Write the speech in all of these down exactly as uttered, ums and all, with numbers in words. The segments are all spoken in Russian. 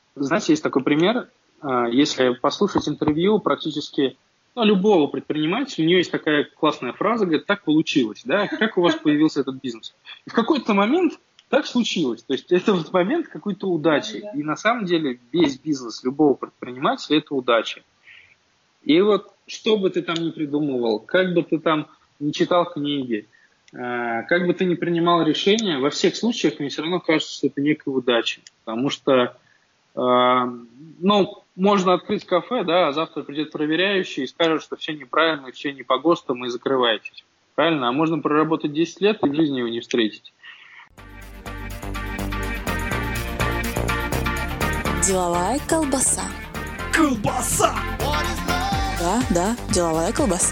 Знаете, есть такой пример. Если послушать интервью практически ну, любого предпринимателя, у нее есть такая классная фраза, говорит, так получилось, да, как у вас появился этот бизнес. И в какой-то момент так случилось. То есть это вот момент какой-то удачи. И на самом деле весь бизнес любого предпринимателя – это удача. И вот что бы ты там ни придумывал, как бы ты там не читал книги, как бы ты ни принимал решения, во всех случаях мне все равно кажется, что это некая удача. Потому что, ну, можно открыть кафе, да, а завтра придет проверяющий и скажет, что все неправильно, все не по ГОСТам и закрываетесь. Правильно? А можно проработать десять лет и в жизни его не встретить. Деловая колбаса. Колбаса! Да, да, деловая колбаса.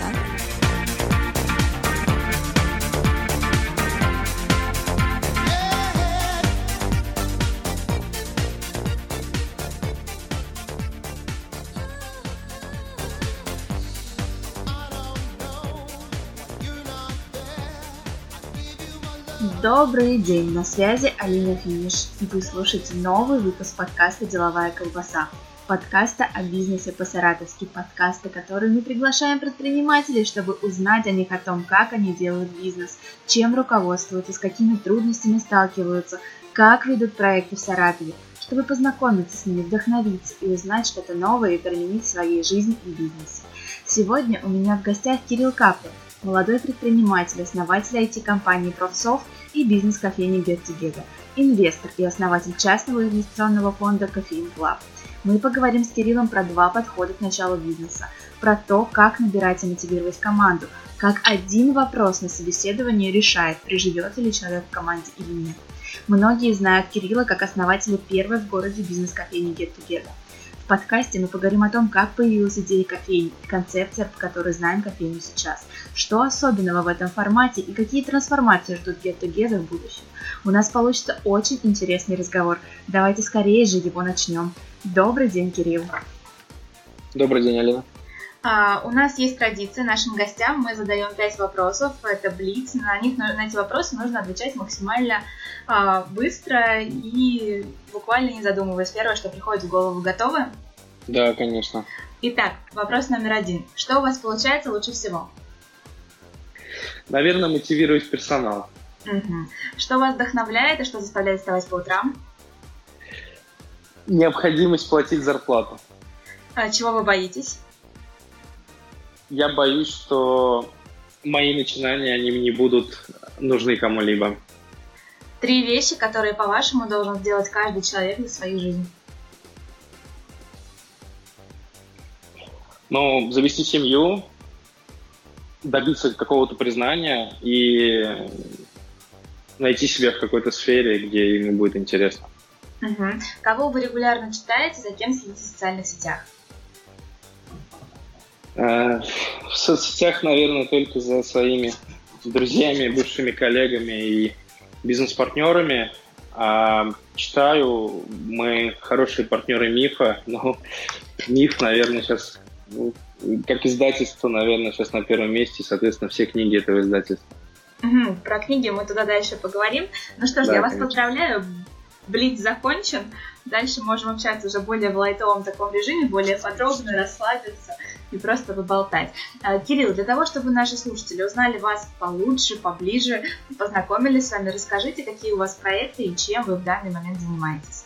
Добрый день, на связи Алина Финиш. Вы слушаете новый выпуск подкаста «Деловая колбаса». Подкаста о бизнесе по-саратовски, подкаста, который мы приглашаем предпринимателей, чтобы узнать о них, о том, как они делают бизнес, чем руководствуются, с какими трудностями сталкиваются, как ведут проекты в Саратове, чтобы познакомиться с ними, вдохновиться и узнать что-то новое и применить в своей жизни и бизнесе. Сегодня у меня в гостях Кирилл Каплин, молодой предприниматель, основатель ай ти-компании ProfSoft и бизнес-кофейни Get Together, инвестор и основатель частного инвестиционного фонда Coffeine Club. Мы поговорим с Кириллом про два подхода к началу бизнеса, про то, как набирать и мотивировать команду, как один вопрос на собеседовании решает, приживется ли человек в команде или нет. Многие знают Кирилла как основателя первой в городе бизнес-кофейни Get Together. В подкасте мы поговорим о том, как появилась идея кофейни и концепция, по которой знаем кофейню сейчас, что особенного в этом формате и какие трансформации ждут Get Together в будущем. У нас получится очень интересный разговор. Давайте скорее же его начнем. Добрый день, Кирилл. Добрый день, Алина. А, у нас есть традиция, нашим гостям мы задаем пять вопросов, это блиц, на них на эти вопросы нужно отвечать максимально а, быстро и буквально не задумываясь. Первое, что приходит в голову, готовы? Да, конечно. Итак, вопрос номер один. Что у вас получается лучше всего? Наверное, мотивировать персонал. Угу. Что вас вдохновляет и что заставляет вставать по утрам? Необходимость платить зарплату. А, чего вы боитесь? Я боюсь, что мои начинания, они не будут нужны кому-либо. Три вещи, которые, по-вашему, должен сделать каждый человек для своей жизни. Ну, завести семью, добиться какого-то признания и найти себя в какой-то сфере, где ему будет интересно. Угу. Кого вы регулярно читаете, за кем следите в социальных сетях? В соцсетях, наверное, только за своими друзьями, бывшими коллегами и бизнес-партнерами. А читаю, мы хорошие партнеры Мифа, но Миф, наверное, сейчас, ну, как издательство, наверное, сейчас на первом месте, соответственно, все книги этого издательства. Угу, про книги мы туда дальше поговорим. Ну что ж, да, я вас конечно. Поздравляю, блиц закончен. Дальше можем общаться уже более в лайтовом таком режиме, более подробно, расслабиться и просто поболтать. Кирилл, для того, чтобы наши слушатели узнали вас получше, поближе, познакомились с вами, расскажите, какие у вас проекты и чем вы в данный момент занимаетесь.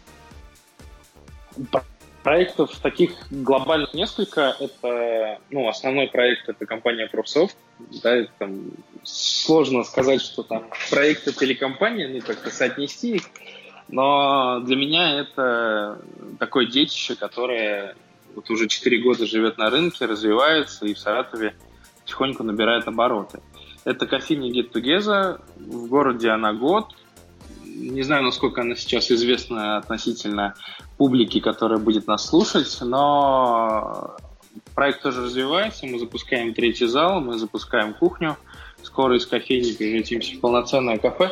Проектов таких глобальных несколько. Это, ну, основной проект — это компания ProfSoft. Да, это, там, сложно сказать, что там проект это или компания, ну, как-то соотнести их. Но для меня это такое детище, которое вот уже четыре года живет на рынке, развивается и в Саратове потихоньку набирает обороты. Это кофейня Get Together. В городе она год. Не знаю, насколько она сейчас известна относительно публики, которая будет нас слушать, но проект тоже развивается. Мы запускаем третий зал, мы запускаем кухню. Скоро из кофейни превратимся в полноценное кафе.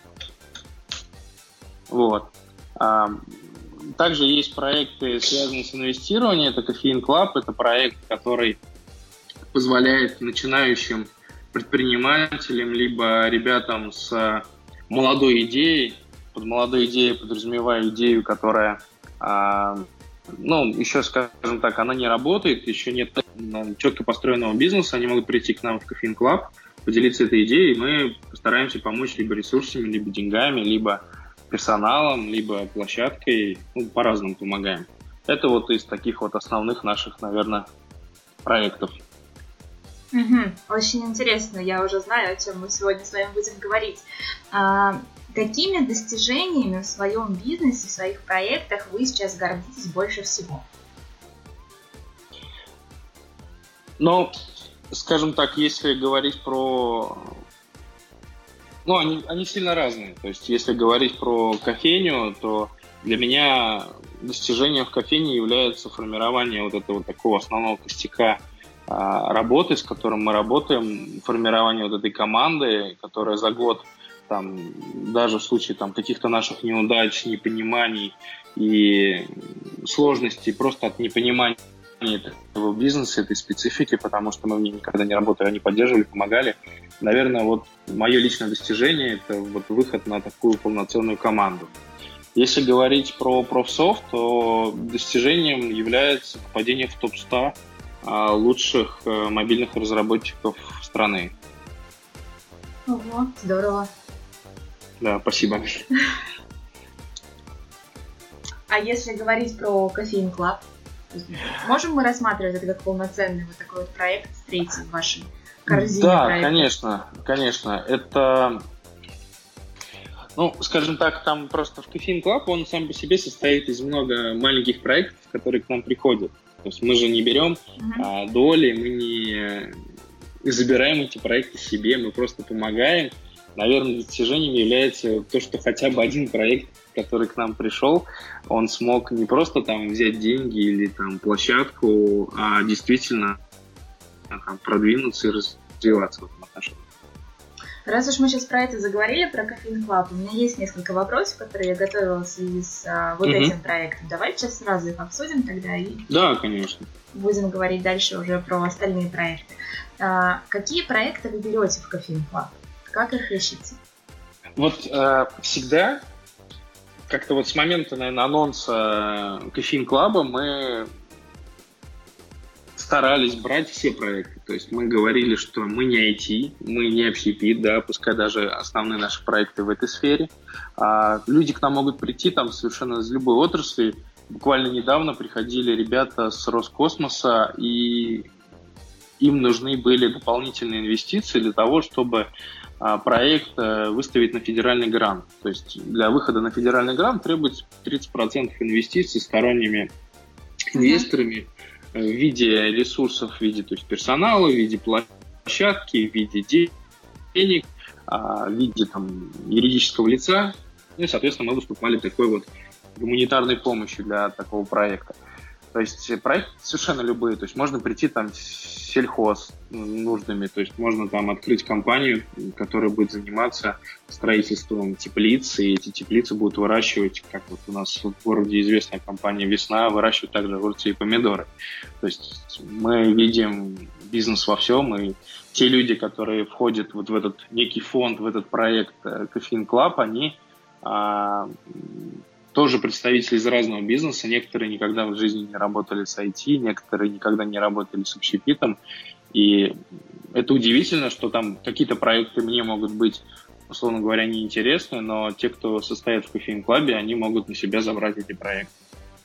Вот. Также есть проекты, связанные с инвестированием. Это Coffeine Club. Это проект, который позволяет начинающим предпринимателям либо ребятам с молодой идеей, под молодой идеей подразумеваю идею, которая Ну, еще, скажем так, она не работает, еще нет четко построенного бизнеса, они могут прийти к нам в Caffeine Club, поделиться этой идеей, и мы постараемся помочь либо ресурсами, либо деньгами, либо персоналом, либо площадкой, ну, по-разному помогаем. Это вот из таких вот основных наших, наверное, проектов. Угу. Очень интересно, я уже знаю, о чем мы сегодня с вами будем говорить. А, какими достижениями в своем бизнесе, в своих проектах вы сейчас гордитесь больше всего? Ну, скажем так, если говорить про... Ну, они, они сильно разные. То есть, если говорить про кофейню, то для меня достижением в кофейне является формирование вот этого такого основного костяка а, работы, с которым мы работаем, формирование вот этой команды, которая за год, там, даже в случае там, каких-то наших неудач, непониманий и сложностей, просто от непонимания этого бизнеса, этой специфики, потому что мы в ней никогда не работали, они поддерживали, помогали. Наверное, вот мое личное достижение – это вот выход на такую полноценную команду. Если говорить про профсофт, то достижением является попадение в топ сто лучших мобильных разработчиков страны. Ого, здорово. Да, спасибо. А если говорить про Caffeine Club, можем мы рассматривать это как полноценный вот такой вот проект, третий в вашей корзине Да, проектов? конечно, конечно. Это, ну, скажем так, там просто в Caffeine Club он сам по себе состоит из много маленьких проектов, которые к нам приходят. То есть мы же не берем uh-huh. а, доли, мы не забираем эти проекты себе, мы просто помогаем. Наверное, достижением является то, что хотя бы один проект, который к нам пришел, он смог не просто там взять деньги или там площадку, а действительно там, продвинуться и развиваться в этом отношении. Раз уж мы сейчас про это заговорили, про Caffeine Club, у меня есть несколько вопросов, которые я готовила в связи с а, вот mm-hmm. этим проектом. Давайте сейчас сразу их обсудим тогда и да, конечно. Будем говорить дальше уже про остальные проекты. А, какие проекты вы берете в Caffeine Club? Как их ищете? Вот э, всегда, как-то вот с момента, наверное, анонса Caffeine Club мы старались брать все проекты. То есть мы говорили, что мы не ай ти, мы не общепит, да, пускай даже основные наши проекты в этой сфере. А люди к нам могут прийти там совершенно из любой отрасли. Буквально недавно приходили ребята с Роскосмоса, и им нужны были дополнительные инвестиции для того, чтобы проект выставить на федеральный грант. То есть для выхода на федеральный грант требуется тридцать процентов инвестиций сторонними инвесторами в виде ресурсов, в виде то есть, персонала, в виде площадки, в виде денег, в виде там, юридического лица. Ну и, соответственно, мы выступали такой вот гуманитарной помощью для такого проекта. То есть проекты совершенно любые. То есть можно прийти там с сельхоз нуждами, то есть можно там открыть компанию, которая будет заниматься строительством теплиц, и эти теплицы будут выращивать, как вот у нас в городе известная компания «Весна», выращивать также огурцы и помидоры. То есть мы видим бизнес во всем, и те люди, которые входят вот в этот некий фонд, в этот проект Caffeine Club, они а, тоже представители из разного бизнеса. Некоторые никогда в жизни не работали с ай ти, некоторые никогда не работали с общепитом. И это удивительно, что там какие-то проекты мне могут быть, условно говоря, неинтересны, но те, кто состоит в Caffeine Club, они могут на себя забрать эти проекты.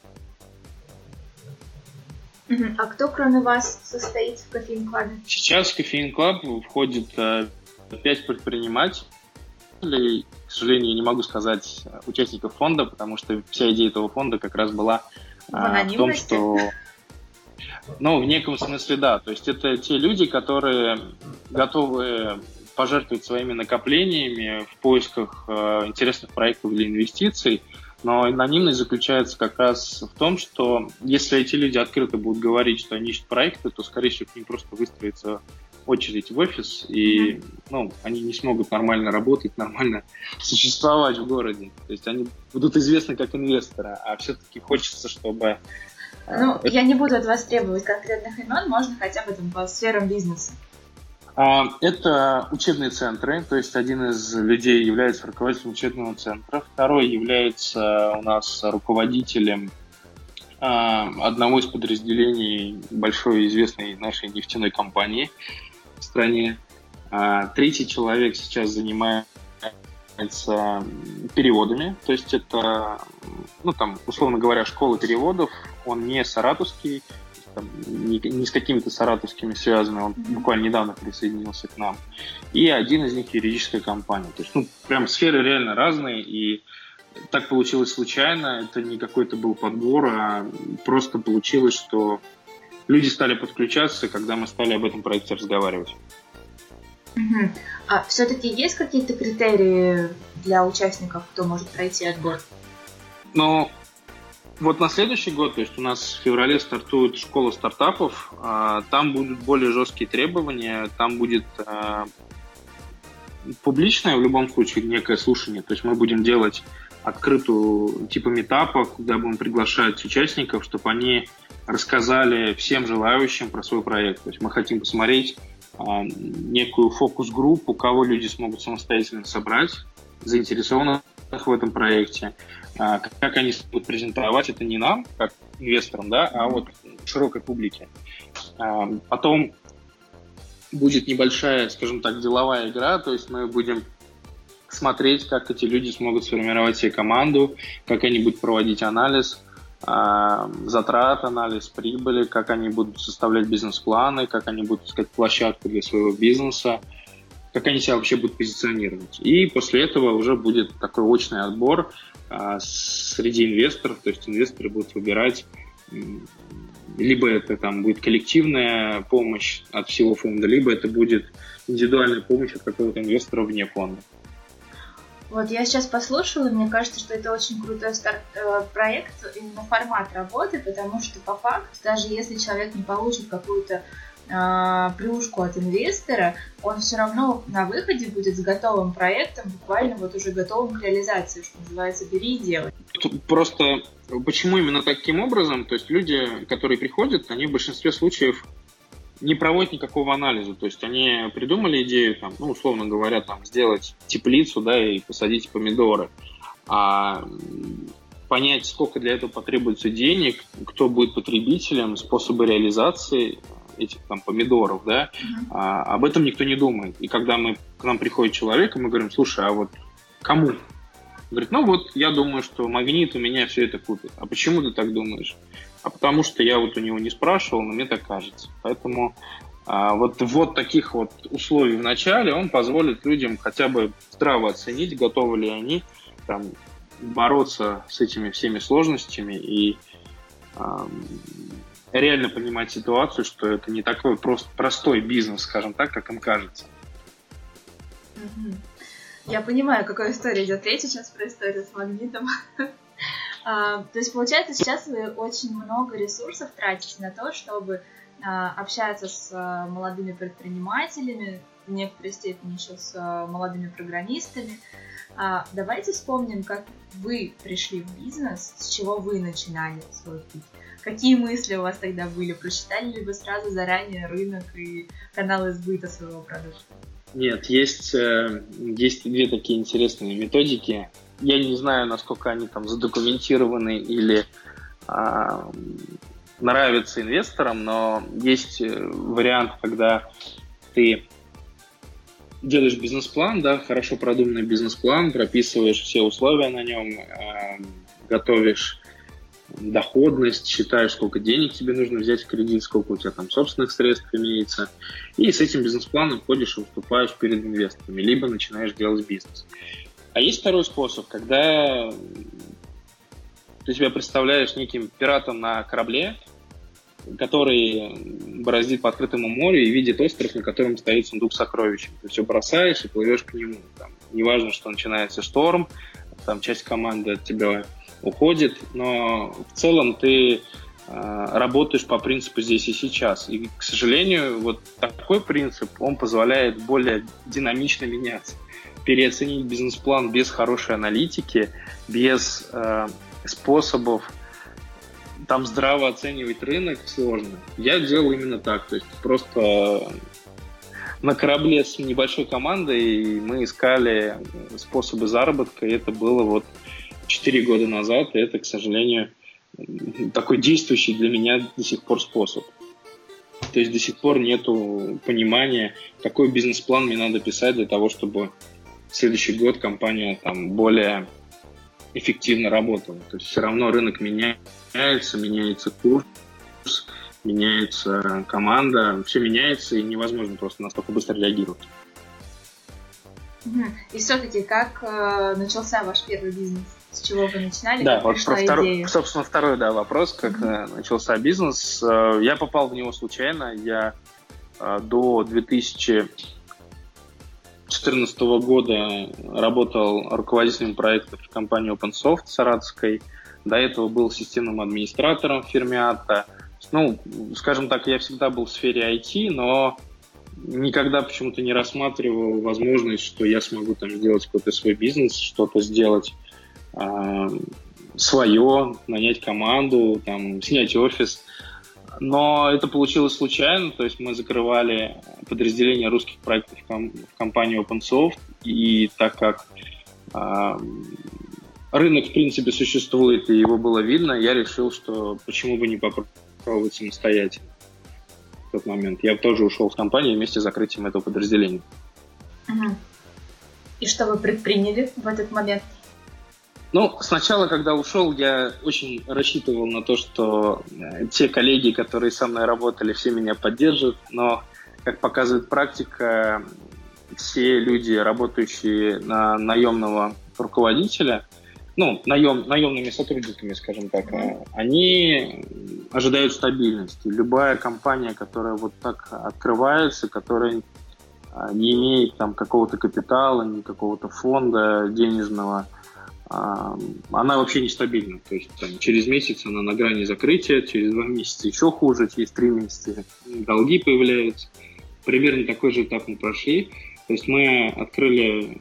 А кто, кроме вас, состоит в Caffeine Club? Сейчас в Caffeine Club входит пять предпринимателей. К сожалению, не могу сказать участников фонда, потому что вся идея этого фонда как раз была а, в том, что... Ну, в неком смысле, да. То есть это те люди, которые готовы пожертвовать своими накоплениями в поисках э, интересных проектов для инвестиций, но анонимность заключается как раз в том, что если эти люди открыто будут говорить, что они ищут проекты, то, скорее всего, к ним просто выстроится очередь в офис, и ну, они не смогут нормально работать, нормально существовать в городе. То есть они будут известны как инвесторы, а все-таки хочется, чтобы... Ну, это... я не буду от вас требовать конкретных имен, можно хотя бы там, по сферам бизнеса. Это учебные центры, то есть один из людей является руководителем учебного центра, второй является у нас руководителем а, одного из подразделений большой известной нашей нефтяной компании в стране. А, третий человек сейчас занимается переводами, то есть это, ну там, условно говоря, школа переводов, он не саратовский, там, не, не с какими-то саратовскими связанный, он буквально недавно присоединился к нам. И один из них юридическая компания. То есть, ну, прям сферы реально разные, и так получилось случайно, это не какой-то был подбор, а просто получилось, что люди стали подключаться, когда мы стали об этом проекте разговаривать. Угу. А все-таки есть какие-то критерии для участников, кто может пройти отбор? Ну, вот на следующий год, то есть у нас в феврале стартует школа стартапов, а, там будут более жесткие требования, там будет а, публичное в любом случае некое слушание, то есть мы будем делать открытую типа митапа, куда будем приглашать участников, чтобы они рассказали всем желающим про свой проект. То есть мы хотим посмотреть а, некую фокус-группу, кого люди смогут самостоятельно собрать, заинтересованных в этом проекте, а, как они будут презентовать это не нам, как инвесторам, да, а вот широкой публике. А, потом будет небольшая, скажем так, деловая игра, то есть мы будем смотреть, как эти люди смогут сформировать себе команду, как они будут проводить анализ э, затрат, анализ прибыли, как они будут составлять бизнес-планы, как они будут искать площадку для своего бизнеса, как они себя вообще будут позиционировать. И после этого уже будет такой очный отбор э, среди инвесторов, то есть инвесторы будут выбирать, э, либо это там будет коллективная помощь от всего фонда, либо это будет индивидуальная помощь от какого-то инвестора вне фонда. Вот я сейчас послушала, и мне кажется, что это очень крутой старт, э, проект, именно формат работы, потому что по факту, даже если человек не получит какую-то э, плюшку от инвестора, он все равно на выходе будет с готовым проектом, буквально вот уже готовым к реализации, что называется, бери и делай. Просто почему именно таким образом? То есть люди, которые приходят, они в большинстве случаев не проводят никакого анализа, то есть они придумали идею, там, ну, условно говоря, там, сделать теплицу, да, и посадить помидоры, а понять, сколько для этого потребуется денег, кто будет потребителем, способы реализации этих там помидоров, да, mm-hmm. а, об этом никто не думает. И когда мы, к нам приходит человек, и мы говорим, слушай, а вот кому? Говорит, ну вот, я думаю, что Магнит у меня все это купит. А почему ты так думаешь? А потому что я вот у него не спрашивал, но мне так кажется. Поэтому а, вот, вот таких вот условий в начале он позволит людям хотя бы здраво оценить, готовы ли они там, бороться с этими всеми сложностями и а, реально понимать ситуацию, что это не такой прост, простой бизнес, скажем так, как им кажется. Я понимаю, о какой истории идет речь сейчас, про историю с Магнитом. А, то есть, получается, сейчас вы очень много ресурсов тратите на то, чтобы а, общаться с а, молодыми предпринимателями, в некоторой степени еще с а, молодыми программистами. А, давайте вспомним, как вы пришли в бизнес, с чего вы начинали свой путь. Какие мысли у вас тогда были? Просчитали ли вы сразу заранее рынок и каналы сбыта своего продукта? Нет, есть, есть две такие интересные методики. Я не знаю, насколько они там задокументированы или а, нравятся инвесторам, но есть вариант, когда ты делаешь бизнес-план, да, хорошо продуманный бизнес-план, прописываешь все условия на нем, а, готовишь доходность, считаешь, сколько денег тебе нужно взять в кредит, сколько у тебя там собственных средств имеется, и с этим бизнес-планом ходишь и выступаешь перед инвесторами, либо начинаешь делать бизнес. А есть второй способ, когда ты себя представляешь неким пиратом на корабле, который бороздит по открытому морю и видит остров, на котором стоит сундук с сокровищем. Ты все бросаешь и плывешь к нему. Там, неважно, что начинается шторм, там часть команды от тебя уходит, но в целом ты э, работаешь по принципу здесь и сейчас. И, к сожалению, вот такой принцип, он позволяет более динамично меняться. Переоценить бизнес-план без хорошей аналитики, без э, способов там здраво оценивать рынок сложно. Я делал именно так, то есть просто на корабле с небольшой командой мы искали способы заработка, и это было вот четыре года назад, и это, к сожалению, такой действующий для меня до сих пор способ. То есть до сих пор нету понимания, какой бизнес-план мне надо писать для того, чтобы в следующий год компания там более эффективно работала. То есть все равно рынок меняется, меняется курс, меняется команда, все меняется, и невозможно просто настолько быстро реагировать. И все-таки, как э, начался ваш первый бизнес? С чего вы начинали? Да, как вот про второй, идея? собственно, второй да, вопрос, как mm-hmm. начался бизнес. Я попал в него случайно. Я до две тысячи четырнадцатого года работал руководителем проектов в компании OpenSoft саратовской. До этого был системным администратором в фирме Атта. Ну, скажем так, я всегда был в сфере ай ти, но никогда почему-то не рассматривал возможность, что я смогу там сделать какой-то свой бизнес, что-то сделать э, свое, нанять команду, там, снять офис. Но это получилось случайно, то есть мы закрывали подразделение русских проектов в, ком- в компании OpenSoft, и так как э, рынок, в принципе, существует, и его было видно, я решил, что почему бы не попробовать самостоятельно. В тот момент. Я тоже ушел с компании вместе с закрытием этого подразделения. Угу. И что вы предприняли в этот момент? Ну, сначала, когда ушел, я очень рассчитывал на то, что те коллеги, которые со мной работали, все меня поддержат, но, как показывает практика, все люди, работающие на наемного руководителя, ну, наем, наемными сотрудниками, скажем так, mm-hmm. они ожидают стабильности. Любая компания, которая вот так открывается, которая не имеет там какого-то капитала, ни какого-то фонда денежного, она вообще нестабильна. То есть там, через месяц она на грани закрытия, через два месяца еще хуже, через три месяца долги появляются. Примерно такой же этап мы прошли. То есть мы открыли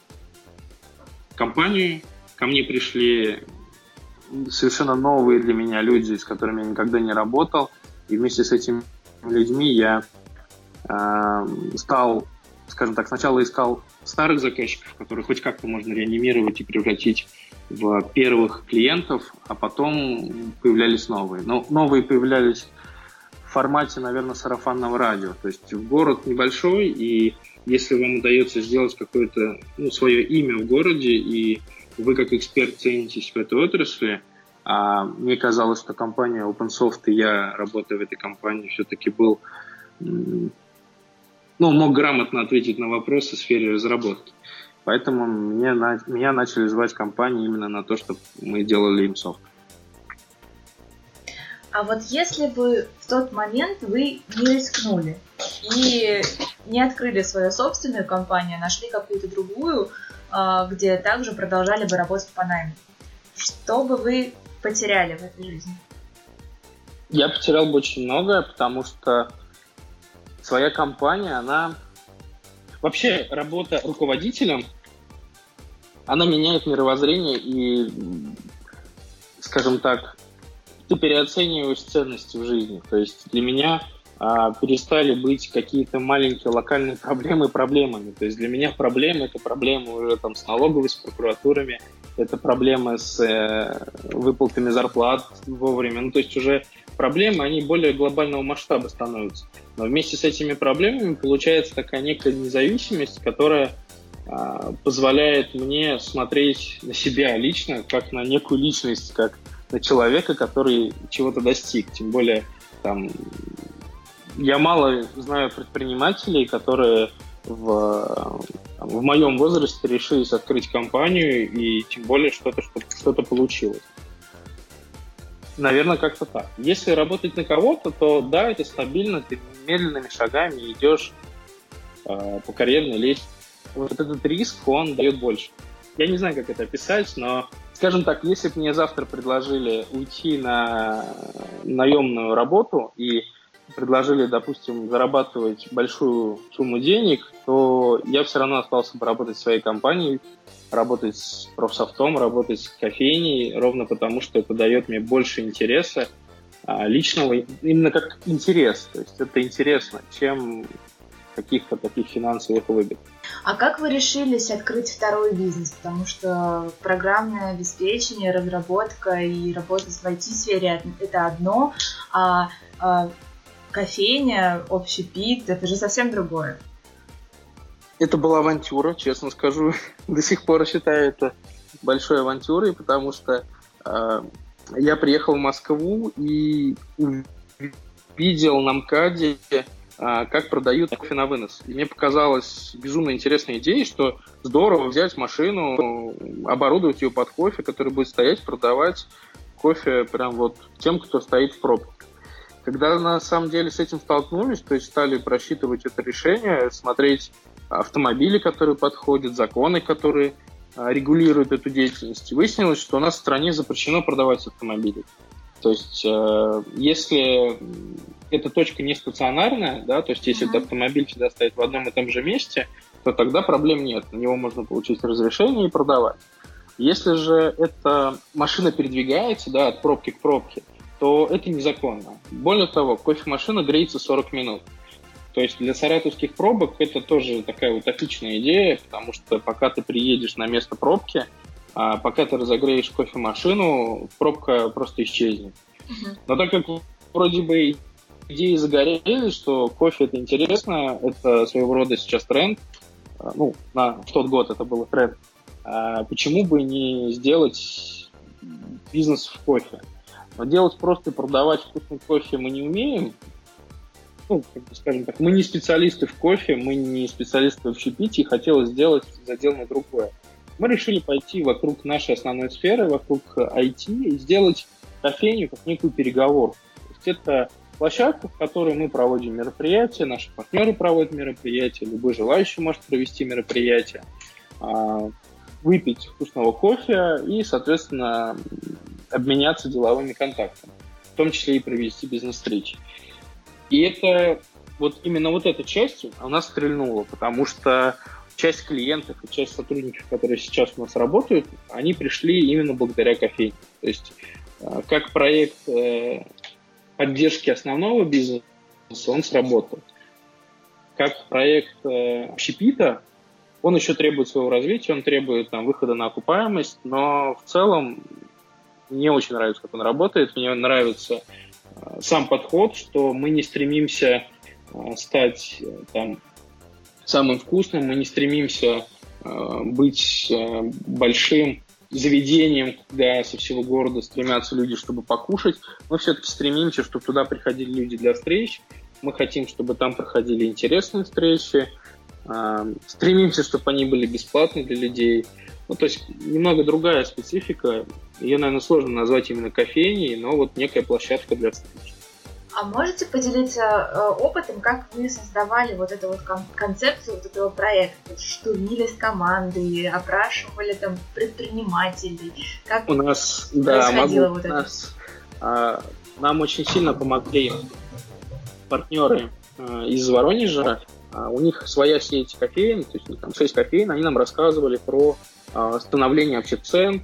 компанию, ко мне пришли совершенно новые для меня люди, с которыми я никогда не работал. И вместе с этими людьми я э, стал, скажем так, сначала искал старых заказчиков, которых хоть как-то можно реанимировать и превратить в первых клиентов, а потом появлялись новые. Но новые появлялись в формате, наверное, сарафанного радио. То есть в город небольшой, и если вам удается сделать какое-то ну, свое имя в городе, и вы как эксперт ценитесь в этой отрасли, а мне казалось, что компания OpenSoft, и я, работая в этой компании, все-таки был, ну, мог грамотно ответить на вопросы в сфере разработки. Поэтому меня, меня начали звать компании именно на то, чтобы мы делали им софт. А вот если бы в тот момент вы не рискнули и не открыли свою собственную компанию, нашли какую-то другую, где также продолжали бы работать по найму, что бы вы потеряли в этой жизни? Я потерял бы очень многое, потому что своя компания, она... Вообще, работа руководителем, она меняет мировоззрение и, скажем так, ты переоцениваешь ценности в жизни. То есть для меня а, перестали быть какие-то маленькие локальные проблемы проблемами. То есть для меня проблемы — это проблемы уже там с налоговой, с прокуратурами, это проблемы с э, выплатами зарплат вовремя. Ну, то есть уже проблемы, они более глобального масштаба становятся. Но вместе с этими проблемами получается такая некая независимость, которая э, позволяет мне смотреть на себя лично, как на некую личность, как на человека, который чего-то достиг. Тем более, там, я мало знаю предпринимателей, которые в, там, в моем возрасте решились открыть компанию, и тем более что-то, что, что-то получилось. Наверное, как-то так. Если работать на кого-то, то да, это стабильно, ты медленными шагами идешь э, по карьерной лестнице. Вот этот риск, он дает больше. Я не знаю, как это описать, но, скажем так, если бы мне завтра предложили уйти на наемную работу и предложили, допустим, зарабатывать большую сумму денег, то я все равно остался бы работать в своей компании, работать с профсофтом, работать с кофейней, ровно потому, что это дает мне больше интереса а, личного, именно как интерес. То есть это интересно, чем каких-то таких финансовых выгод. А как вы решились открыть второй бизнес? Потому что программное обеспечение, разработка и работа в ай ти-сфере – это одно, а, а кофейня, общепит – это же совсем другое. Это была авантюра, честно скажу. До сих пор считаю это большой авантюрой, потому что э, я приехал в Москву и увидел на МКАДе, э, как продают кофе на вынос. И мне показалась безумно интересная идея, что здорово взять машину, оборудовать ее под кофе, который будет стоять, продавать кофе прям вот тем, кто стоит в пробке. Когда на самом деле с этим столкнулись, то есть стали просчитывать это решение, смотреть автомобили, которые подходят, законы, которые а, регулируют эту деятельность. И выяснилось, что у нас в стране запрещено продавать автомобили. То есть, э, если эта точка не стационарная, да, то есть, если mm-hmm. этот автомобиль всегда стоит в одном и том же месте, то тогда проблем нет. На него можно получить разрешение и продавать. Если же эта машина передвигается, да, от пробки к пробке, то это незаконно. Более того, кофемашина греется сорок минут. То есть для саратовских пробок это тоже такая утопичная идея, потому что пока ты приедешь на место пробки, а пока ты разогреешь кофемашину, пробка просто исчезнет. Uh-huh. Но так как вроде бы идеи загорелись, что кофе это интересно, это своего рода сейчас тренд, ну, на, в тот год это был тренд, а почему бы не сделать бизнес в кофе? Но делать просто и продавать вкусный кофе мы не умеем. Ну, как бы, скажем так, мы не специалисты в кофе, мы не специалисты в общепите, и хотелось сделать задел на другое. Мы решили пойти вокруг нашей основной сферы, вокруг ай ти, и сделать кофейню как некую переговорку. То есть это площадка, в которой мы проводим мероприятия, наши партнеры проводят мероприятия, любой желающий может провести мероприятие, выпить вкусного кофе и, соответственно, обменяться деловыми контактами, в том числе и провести бизнес-встречи. И это вот именно вот эта часть у нас стрельнула, потому что часть клиентов и часть сотрудников, которые сейчас у нас работают, они пришли именно благодаря кофейне. То есть как проект поддержки основного бизнеса он сработал. Как проект общепита он еще требует своего развития, он требует там, выхода на окупаемость, но в целом мне очень нравится, как он работает, мне нравится сам подход, что мы не стремимся э, стать э, там, самым вкусным, мы не стремимся э, быть э, большим заведением, куда со всего города стремятся люди, чтобы покушать. Мы все-таки стремимся, чтобы туда приходили люди для встреч. Мы хотим, чтобы там проходили интересные встречи. Э, стремимся, чтобы они были бесплатны для людей. Ну, то есть немного другая специфика. Ее, наверное, сложно назвать именно кофейней, но вот некая площадка для встреч. А можете поделиться э, опытом, как вы создавали вот эту вот кон- концепцию вот этого проекта? Штурмили с командой, опрашивали там предпринимателей? Как у нас, да, могу, вот у нас, а, нам очень сильно помогли партнеры а, из Воронежа. А, у них своя сеть кофеин, то есть у них там шесть кофеин, они нам рассказывали про а, становление вообще цен,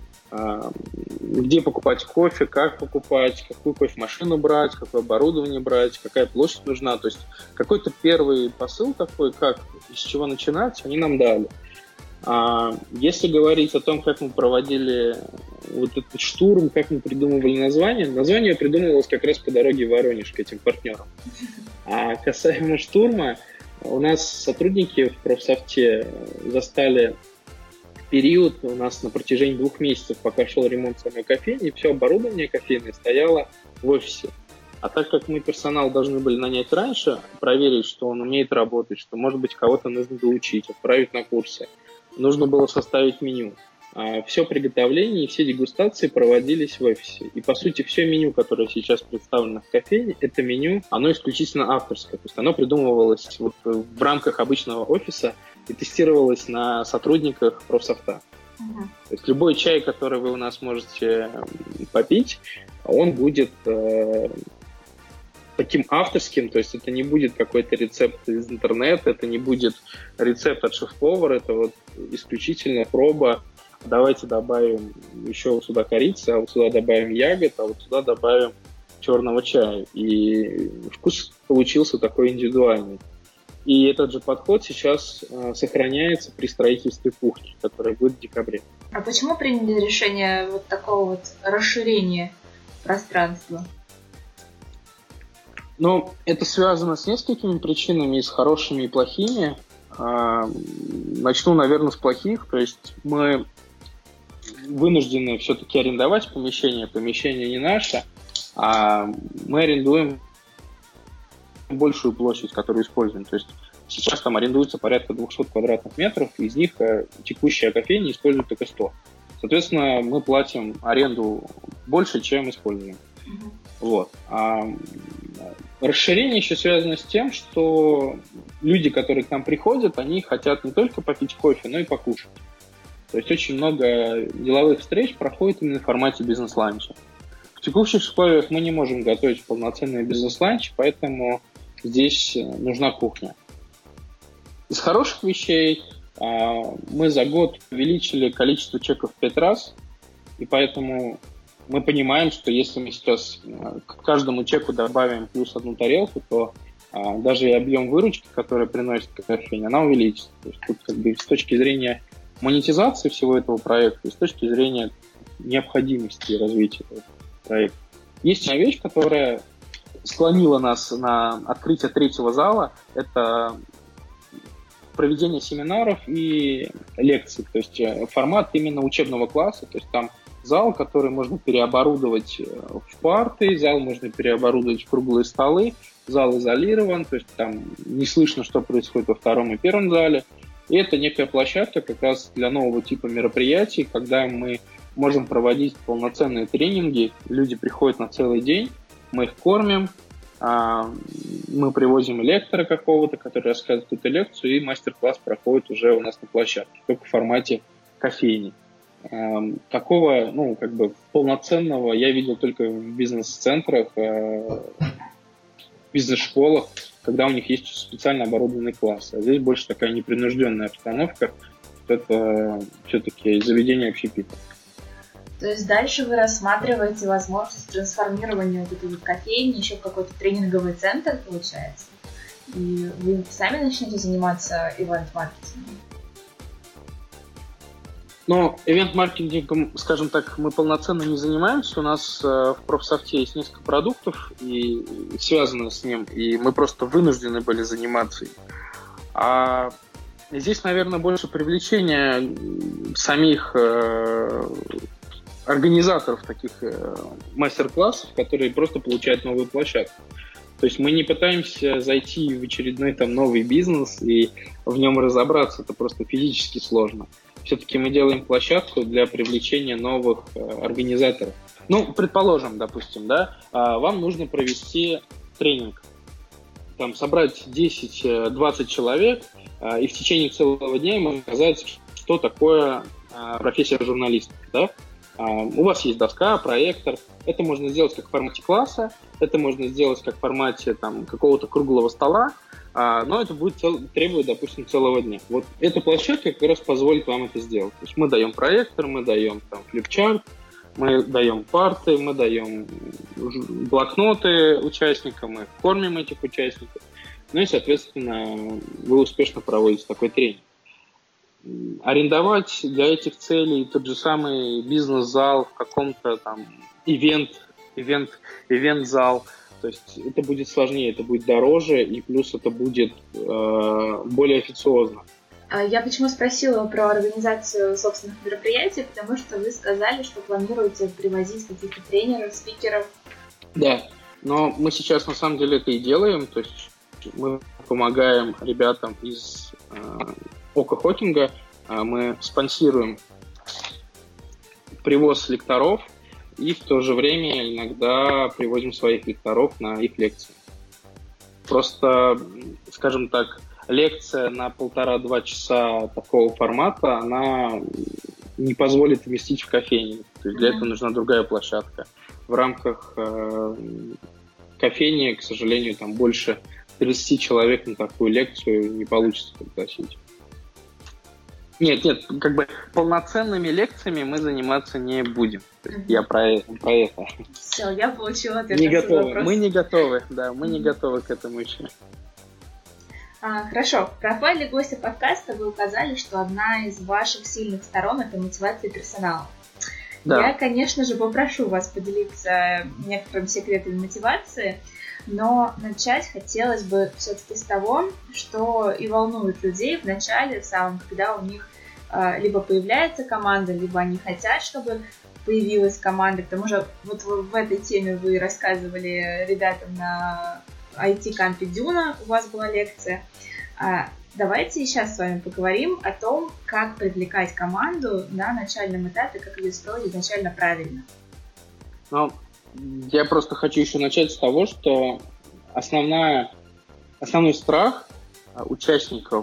где покупать кофе, как покупать, какую кофемашину брать, какое оборудование брать, какая площадь нужна. То есть какой-то первый посыл такой, как, с чего начинать, они нам дали. А если говорить о том, как мы проводили вот этот штурм, как мы придумывали название, название придумывалось как раз по дороге в Воронеж к этим партнерам. А касаемо штурма, у нас сотрудники в профсофте застали период у нас на протяжении двух месяцев, пока шел ремонт самой кофейни, все оборудование кофейной стояло в офисе. А так как мы персонал должны были нанять раньше, проверить, что он умеет работать, что, может быть, кого-то нужно доучить, отправить на курсы, нужно было составить меню. А все приготовления и все дегустации проводились в офисе. И, по сути, все меню, которое сейчас представлено в кофейне, это меню, оно исключительно авторское. То есть оно придумывалось вот в рамках обычного офиса и тестировалось на сотрудниках профсофта. Uh-huh. То есть любой чай, который вы у нас можете попить, он будет э, таким авторским, то есть это не будет какой-то рецепт из интернета, это не будет рецепт от шеф-повара, это вот исключительно проба. Давайте добавим еще вот сюда корицы, а вот сюда добавим ягод, а вот сюда добавим черного чая. И вкус получился такой индивидуальный. И этот же подход сейчас э, сохраняется при строительстве кухни, которая будет в декабре. А почему приняли решение вот такого вот расширения пространства? Ну, это связано с несколькими причинами, и с хорошими, и плохими. А, начну, наверное, с плохих. То есть мы вынуждены все-таки арендовать помещение. Помещение не наше, а мы арендуем большую площадь, которую используем. То есть сейчас там арендуется порядка двести квадратных метров, из них текущая кофейня использует только сто. Соответственно, мы платим аренду больше, чем используем. Mm-hmm. Вот. А расширение еще связано с тем, что люди, которые к нам приходят, они хотят не только попить кофе, но и покушать. То есть очень много деловых встреч проходит именно в формате бизнес-ланча. В текущих условиях мы не можем готовить полноценный бизнес-ланч, поэтому здесь нужна кухня. Из хороших вещей мы за год увеличили количество чеков в пять раз, и поэтому мы понимаем, что если мы сейчас к каждому чеку добавим плюс одну тарелку, то даже и объем выручки, который приносит кофейня, она увеличится. То есть тут как бы с точки зрения монетизации всего этого проекта и с точки зрения необходимости развития этого проекта. Есть одна вещь, которая склонила нас на открытие третьего зала, это проведение семинаров и лекций, то есть формат именно учебного класса, то есть там зал, который можно переоборудовать в парты, зал можно переоборудовать в круглые столы, зал изолирован, то есть там не слышно, что происходит во втором и первом зале, и это некая площадка как раз для нового типа мероприятий, когда мы можем проводить полноценные тренинги, люди приходят на целый день, мы их кормим, мы привозим лектора какого-то, который рассказывает эту лекцию, и мастер-класс проходит уже у нас на площадке, только в формате кофейни. Такого, ну, как бы полноценного я видел только в бизнес-центрах, в бизнес-школах, когда у них есть специально оборудованный класс. А здесь больше такая непринужденная обстановка. Это все-таки заведение общепита. То есть дальше вы рассматриваете возможность трансформирования вот этой вот кофейни еще в какой-то тренинговый центр, получается? И вы сами начнете заниматься ивент-маркетингом? Ну, ивент-маркетингом, скажем так, мы полноценно не занимаемся. У нас э, в профсофте есть несколько продуктов, и, и связанных с ним, и мы просто вынуждены были заниматься. А здесь, наверное, больше привлечения самих э, организаторов таких э, мастер-классов, которые просто получают новую площадку. То есть мы не пытаемся зайти в очередной там новый бизнес и в нем разобраться, это просто физически сложно. Все-таки мы делаем площадку для привлечения новых э, организаторов. Ну, предположим, допустим, да, э, вам нужно провести тренинг, там, собрать десять-двадцать человек, э, и в течение целого дня им рассказать, что такое э, профессия журналиста, да. У вас есть доска, проектор. Это можно сделать как в формате класса, это можно сделать как в формате там, какого-то круглого стола, но это будет цел... требовать, допустим, целого дня. Вот эта площадка как раз позволит вам это сделать. То есть мы даем проектор, мы даем там флипчарт, мы даем парты, мы даем блокноты участникам, мы кормим этих участников. Ну и, соответственно, вы успешно проводите такой тренинг. Арендовать для этих целей тот же самый бизнес-зал в каком-то там ивент, ивент, ивент-зал, то есть это будет сложнее, это будет дороже, и плюс это будет э, более официозно. Я почему спросила про организацию собственных мероприятий, потому что вы сказали, что планируете привозить каких-то тренеров, спикеров. Да, но мы сейчас на самом деле это и делаем, то есть мы помогаем ребятам из э, Око Хокинга, мы спонсируем привоз лекторов и в то же время иногда привозим своих лекторов на их лекции. Просто, скажем так, лекция на полтора-два часа такого формата, она не позволит вместить в кофейне. То есть для этого нужна другая площадка. В рамках э, кофейни, к сожалению, там больше тридцать человек на такую лекцию не получится пригласить. Нет, нет, как бы полноценными лекциями мы заниматься не будем. Mm-hmm. Я про, про это. Все, я получила ответ не на свой готовы. вопрос. Мы не готовы, да, мы mm-hmm. не готовы к этому еще. А, хорошо. В профайле гостя подкаста вы указали, что одна из ваших сильных сторон – это мотивация персонала. Да. Я, конечно же, попрошу вас поделиться некоторыми секретами мотивации, но начать хотелось бы все-таки с того, что и волнует людей в начале, в самом, когда у них э, либо появляется команда, либо они хотят, чтобы появилась команда. К тому же вот в этой теме вы рассказывали ребятам на ай ти-кампе Дюна, у вас была лекция. А, давайте сейчас с вами поговорим о том, как привлекать команду на начальном этапе, как ее строить изначально правильно. Ну, я просто хочу еще начать с того, что основная, основной страх участников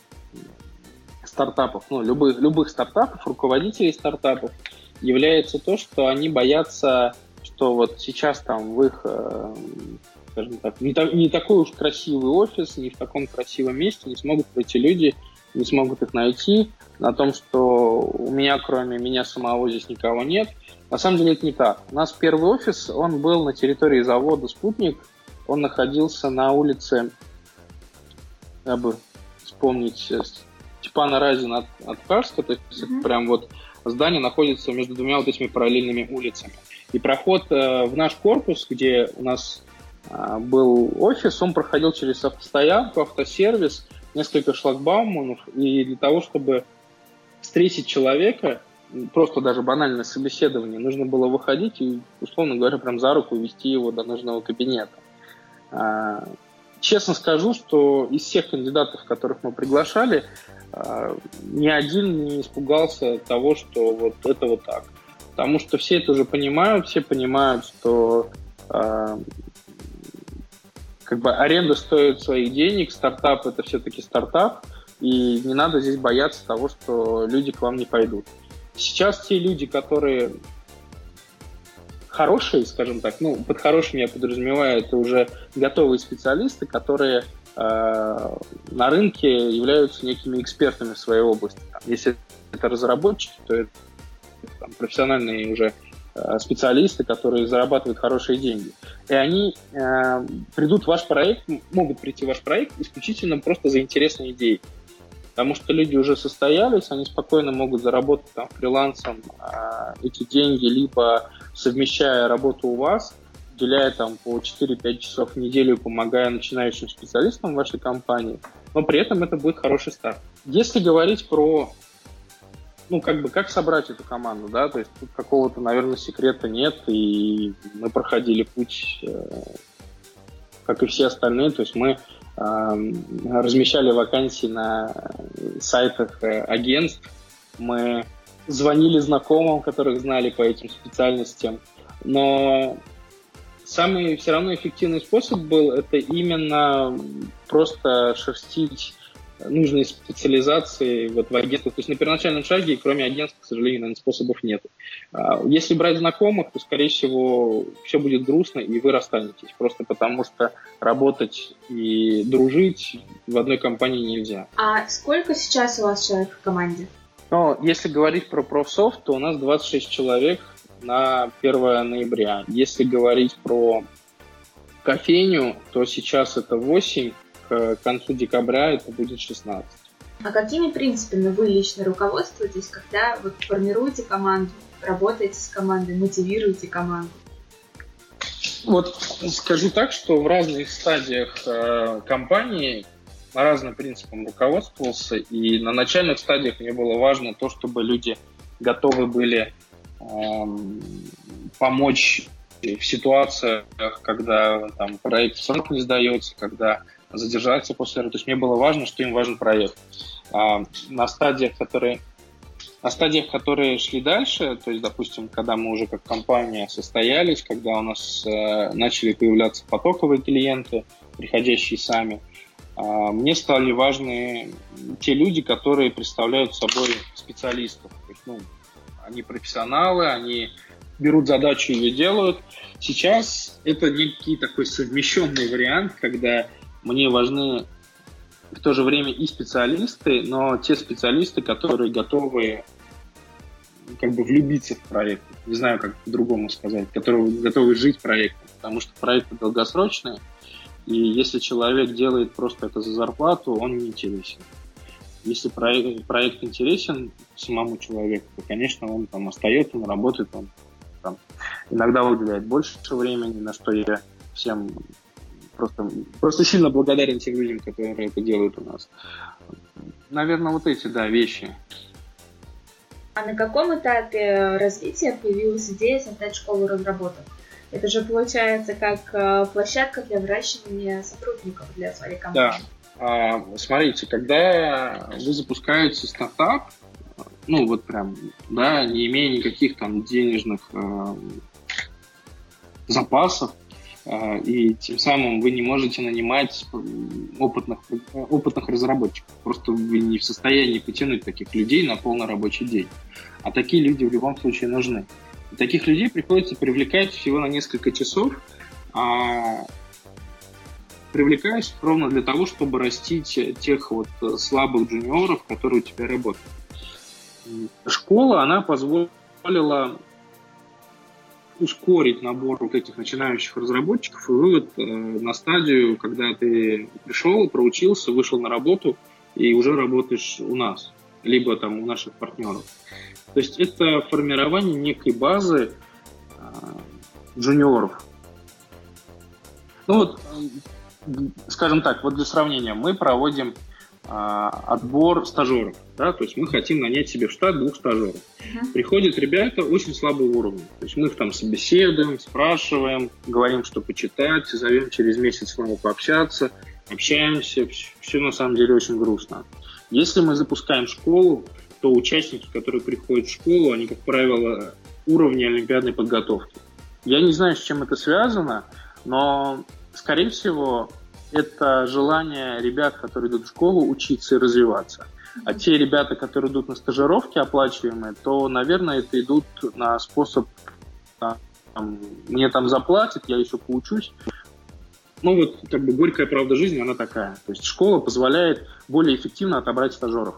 стартапов, ну, любых, любых стартапов, руководителей стартапов, является то, что они боятся, что вот сейчас там в их, э, скажем так, не, та, не такой уж красивый офис, не в таком красивом месте не смогут прийти люди, не смогут их найти, на том, что у меня, кроме меня самого, здесь никого нет. На самом деле это не так. У нас первый офис, он был на территории завода «Спутник», он находился на улице, я бы вспомнить, Степана Разина от, от Карска, то есть mm-hmm. прям вот здание находится между двумя вот этими параллельными улицами. И проход э, в наш корпус, где у нас э, был офис, он проходил через автостоянку, автосервис, несколько шлагбаумов, и для того, чтобы встретить человека, просто даже банальное собеседование, нужно было выходить и, условно говоря, прям за руку вести его до нужного кабинета. Э, честно скажу, что из всех кандидатов, которых мы приглашали, ни один не испугался того, что вот это вот так. Потому что все это уже понимают, все понимают, что э, как бы аренда стоит своих денег, стартап — это все-таки стартап, и не надо здесь бояться того, что люди к вам не пойдут. Сейчас те люди, которые хорошие, скажем так, ну, под хорошими я подразумеваю, это уже готовые специалисты, которые на рынке являются некими экспертами в своей области. Если это разработчики, то это там, профессиональные уже специалисты, которые зарабатывают хорошие деньги. И они э, придут в ваш проект, могут прийти в ваш проект исключительно просто за интересной идеей. Потому что люди уже состоялись, они спокойно могут заработать там, фрилансом э, эти деньги, либо совмещая работу у вас, уделяя там по четыре-пять часов в неделю, помогая начинающим специалистам в вашей компании, но при этом это будет хороший старт. Если говорить про, ну, как бы, как собрать эту команду, да, то есть тут какого-то, наверное, секрета нет, и мы проходили путь, э, как и все остальные, то есть мы э, размещали вакансии на сайтах э, агентств, мы звонили знакомым, которых знали по этим специальностям, но самый все равно эффективный способ был это именно просто шерстить нужные специализации вот в агентствах. То есть на первоначальном шаге, кроме агентств, к сожалению, наверное, способов нет. Если брать знакомых, то, скорее всего, все будет грустно, и вы расстанетесь. Просто потому что работать и дружить в одной компании нельзя. А сколько сейчас у вас человек в команде? Ну, если говорить про профсофт, то у нас двадцать шесть человек на первое ноября. Если говорить про кофейню, то сейчас это восемь, к концу декабря это будет шестнадцать. А какими принципами вы лично руководствуетесь, когда вот формируете команду, работаете с командой, мотивируете команду? Вот скажу так, что в разных стадиях э, компании по разным принципам руководствовался, и на начальных стадиях мне было важно то, чтобы люди готовы были помочь в ситуациях, когда там, проект срок не сдается, когда задержаться после этого. То есть мне было важно, что им важен проект. А на стадиях, которые, на стадиях, которые шли дальше, то есть, допустим, когда мы уже как компания состоялись, когда у нас э, начали появляться потоковые клиенты, приходящие сами, э, мне стали важны те люди, которые представляют собой специалистов. То есть, ну, они профессионалы, они берут задачу и ее делают. Сейчас это некий такой совмещенный вариант, когда мне важны в то же время и специалисты, но те специалисты, которые готовы как бы влюбиться в проект. Не знаю, как по-другому сказать, которые готовы жить проектом, потому что проекты долгосрочные. И если человек делает просто это за зарплату, он не интересен. Если проект, проект интересен самому человеку, то, конечно, он там остается, он работает, он там, иногда уделяет больше времени, на что я всем просто, просто сильно благодарен тем людям, которые это делают у нас. Наверное, вот эти, да, вещи. А на каком этапе развития появилась идея создать школу разработок? Это же получается как площадка для выращивания сотрудников для своей компании. Да. А, смотрите, когда вы запускаете стартап, ну вот прям, да, не имея никаких там денежных э, запасов, э, и тем самым вы не можете нанимать опытных, опытных разработчиков. Просто вы не в состоянии потянуть таких людей на полный рабочий день. А такие люди в любом случае нужны. И таких людей приходится привлекать всего на несколько часов, а привлекаешь ровно для того, чтобы растить тех вот слабых джуниоров, которые у тебя работают. Школа, она позволила ускорить набор вот этих начинающих разработчиков и вывод э, на стадию, когда ты пришел, проучился, вышел на работу и уже работаешь у нас, либо там у наших партнеров. То есть это формирование некой базы э, джуниоров. Ну вот, скажем так, вот для сравнения, мы проводим а, отбор стажеров, да, то есть мы хотим нанять себе в штат двух стажеров. Uh-huh. Приходят ребята очень слабого уровня, то есть мы их там собеседуем, спрашиваем, говорим, что почитать, зовем через месяц снова пообщаться, общаемся, все на самом деле очень грустно. Если мы запускаем школу, то участники, которые приходят в школу, они, как правило, уровня олимпиадной подготовки. Я не знаю, с чем это связано, но скорее всего, это желание ребят, которые идут в школу, учиться и развиваться. А те ребята, которые идут на стажировки оплачиваемые, то, наверное, это идут на способ, там, мне там заплатят, я еще поучусь. Ну вот, как бы горькая правда жизни, она такая. То есть школа позволяет более эффективно отобрать стажеров.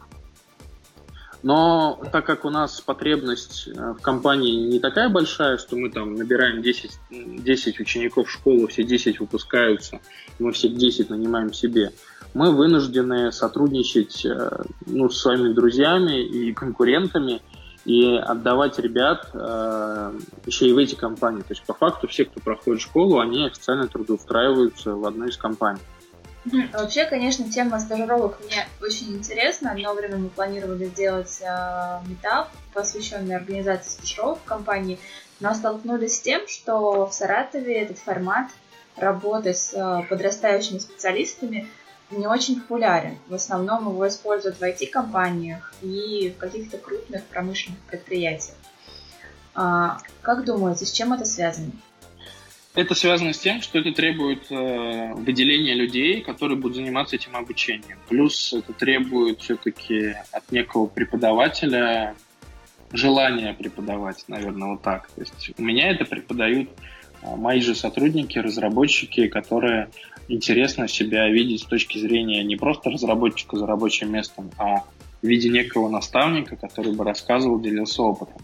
Но так как у нас потребность в компании не такая большая, что мы там набираем десять, десять учеников в школу, все десять выпускаются, мы всех десять нанимаем себе, мы вынуждены сотрудничать ну, с своими друзьями и конкурентами и отдавать ребят э, еще и в эти компании. То есть по факту все, кто проходит школу, они официально трудоустраиваются в одной из компаний. Вообще, конечно, тема стажировок мне очень интересна. Одно время мы планировали сделать э, митап, посвященный организации стажировок в компании, но столкнулись с тем, что в Саратове этот формат работы с э, подрастающими специалистами не очень популярен. В основном его используют в ай ти-компаниях и в каких-то крупных промышленных предприятиях. А, как думаете, с чем это связано? Это связано с тем, что это требует э, выделения людей, которые будут заниматься этим обучением. Плюс это требует все-таки от некого преподавателя желания преподавать, наверное, вот так. То есть у меня это преподают э, мои же сотрудники, разработчики, которые интересно себя видеть с точки зрения не просто разработчика за рабочим местом, а в виде некого наставника, который бы рассказывал, делился опытом.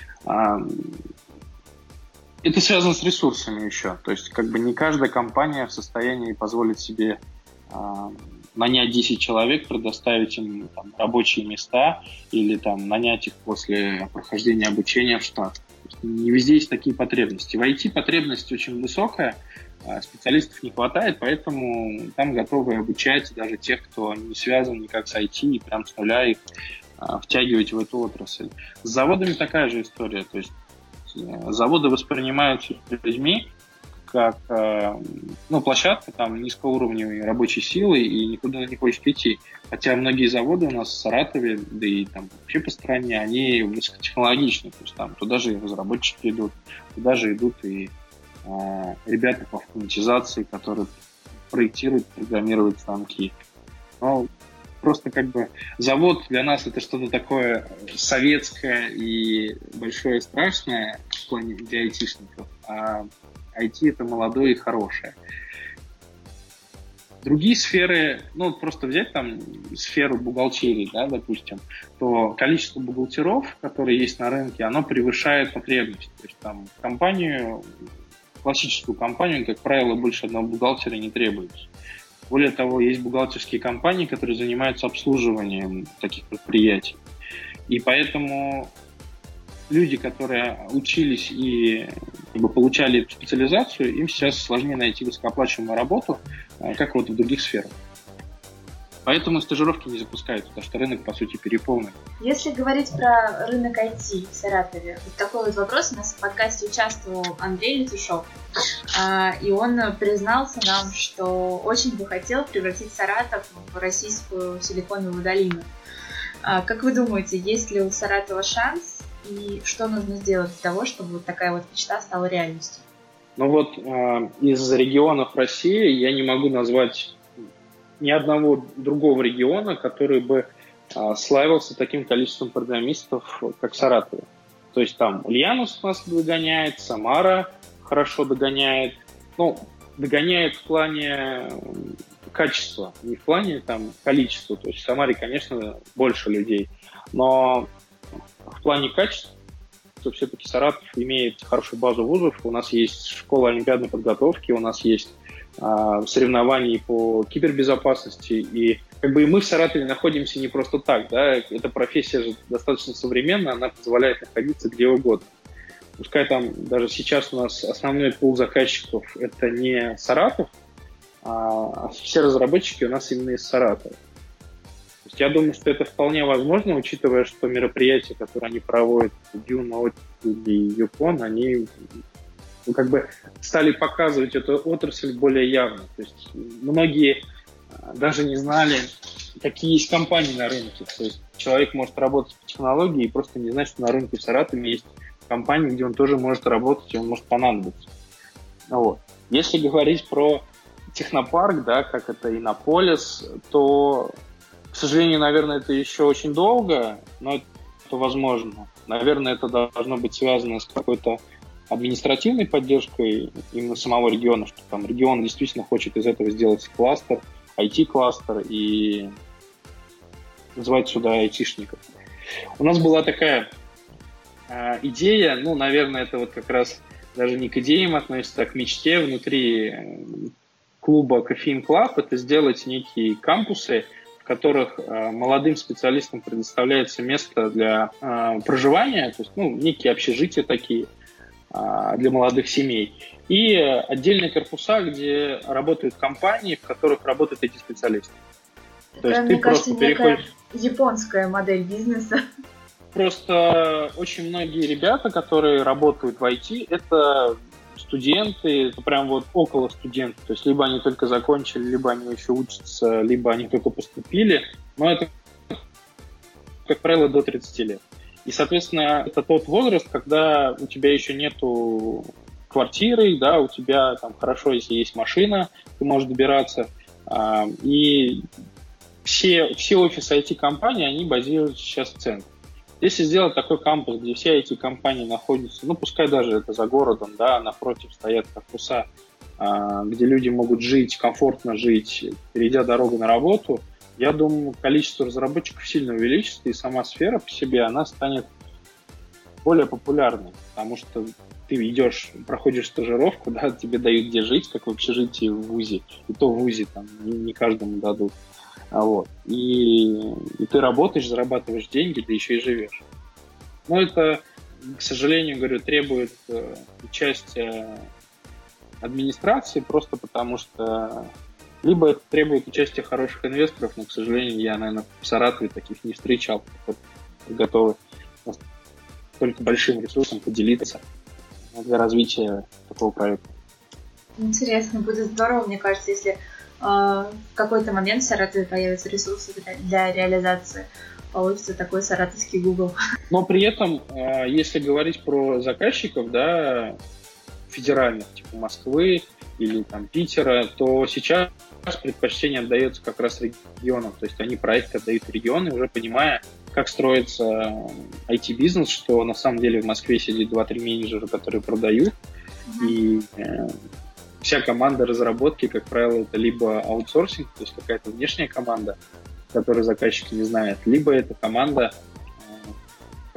Это связано с ресурсами еще. То есть как бы не каждая компания в состоянии позволить себе э, нанять десять человек, предоставить им там, рабочие места или там, нанять их после прохождения обучения в штат. Не везде есть такие потребности. В ай ти потребность очень высокая, э, специалистов не хватает, поэтому там готовы обучать даже тех, кто не связан никак с ай ти, и прям с нуля их э, втягивать в эту отрасль. С заводами такая же история. То есть заводы воспринимаются людьми как ну, площадка там, низкоуровневой рабочей силы и никуда не хочет идти. Хотя многие заводы у нас в Саратове, да и там вообще по стране, они высокотехнологичны. То есть там туда же и разработчики идут, туда же идут и э, ребята по автоматизации, которые проектируют, программируют станки. Но просто как бы завод для нас это что-то такое советское и большое страшное в плане для айтишников, а ай ти это молодое и хорошее. Другие сферы, ну просто взять там сферу бухгалтерии, да, допустим, то количество бухгалтеров, которые есть на рынке, оно превышает потребность. То есть там в компанию классическую компанию, как правило, больше одного бухгалтера не требуется. Более того, есть бухгалтерские компании, которые занимаются обслуживанием таких предприятий. И поэтому люди, которые учились и как бы, получали эту специализацию, им сейчас сложнее найти высокооплачиваемую работу, как вот в других сферах. Поэтому стажировки не запускают, потому что рынок, по сути, переполнен. Если говорить про рынок ай ти в Саратове, вот такой вот вопрос. У нас в подкасте участвовал Андрей Летушов, и он признался нам, что очень бы хотел превратить Саратов в российскую силиконовую долину. Как вы думаете, есть ли у Саратова шанс, и что нужно сделать для того, чтобы вот такая вот мечта стала реальностью? Ну вот из регионов России я не могу назвать ни одного другого региона, который бы а, славился таким количеством программистов, как Саратов. То есть там Ульяновск нас догоняет, Самара хорошо догоняет. Ну, догоняет в плане качества, не в плане там количества. То есть в Самаре, конечно, больше людей. Но в плане качества все-таки Саратов имеет хорошую базу вузов. У нас есть школа олимпиадной подготовки, у нас есть соревнований по кибербезопасности, и как бы и мы в Саратове находимся не просто так, да, эта профессия же достаточно современная, она позволяет находиться где угодно. Пускай там даже сейчас у нас основной пул заказчиков это не Саратов, а все разработчики у нас именно из Саратова. То есть я думаю, что это вполне возможно, учитывая, что мероприятия, которые они проводят, Юна и Юкон, они ну, как бы стали показывать эту отрасль более явно. То есть многие даже не знали, какие есть компании на рынке. То есть человек может работать по технологии и просто не знать, что на рынке в Саратове есть компании, где он тоже может работать, и он может понадобиться. Вот. Если говорить про технопарк, да, как это Иннополис, то, к сожалению, наверное, это еще очень долго, но это возможно. Наверное, это должно быть связано с какой-то административной поддержкой именно самого региона, что там регион действительно хочет из этого сделать кластер, ай ти-кластер и звать сюда айтишников. У нас была такая э, идея, ну, наверное, это вот как раз даже не к идеям относится, а к мечте внутри клуба Caffeine Club, это сделать некие кампусы, в которых э, молодым специалистам предоставляется место для э, проживания, то есть, ну, некие общежития такие, для молодых семей. И отдельные корпуса, где работают компании, в которых работают эти специалисты. Это, То есть мне ты кажется, просто переходишь... японская модель бизнеса. Просто очень многие ребята, которые работают в ай ти, это студенты, это прям вот около студентов. То есть либо они только закончили, либо они еще учатся, либо они только поступили. Но это, как правило, до тридцати лет. И, соответственно, это тот возраст, когда у тебя еще нету квартиры, да, у тебя там хорошо, если есть машина, ты можешь добираться. И все, все офисы ай ти-компаний, они базируются сейчас в центре. Если сделать такой кампус, где все ай ти-компании находятся, ну, пускай даже это за городом, да, напротив стоят корпуса, где люди могут жить, комфортно жить, перейдя дорогу на работу, я думаю, количество разработчиков сильно увеличится, и сама сфера по себе, она станет более популярной, потому что ты идешь, проходишь стажировку, да, тебе дают где жить, как в общежитии в вузе, и то в вузе там не, не каждому дадут. Вот. И, и ты работаешь, зарабатываешь деньги, ты еще и живешь. Но это, к сожалению, говорю, требует э, участия администрации, просто потому что либо это требует участия хороших инвесторов, но, к сожалению, я, наверное, в Саратове таких не встречал, которые готовы только большим ресурсом поделиться для развития такого проекта. Интересно, будет здорово, мне кажется, если э, в какой-то момент в Саратове появятся ресурсы для, для реализации, получится такой саратовский Google. Но при этом, э, если говорить про заказчиков, да, федеральных, типа Москвы или там Питера, то сейчас предпочтение отдается как раз регионам. То есть они проекты отдают в регионы, уже понимая, как строится ай ти-бизнес, что на самом деле в Москве сидит два-три менеджера, которые продают, mm-hmm. и э, вся команда разработки, как правило, это либо аутсорсинг, то есть какая-то внешняя команда, которую заказчик не знает, либо это команда, э,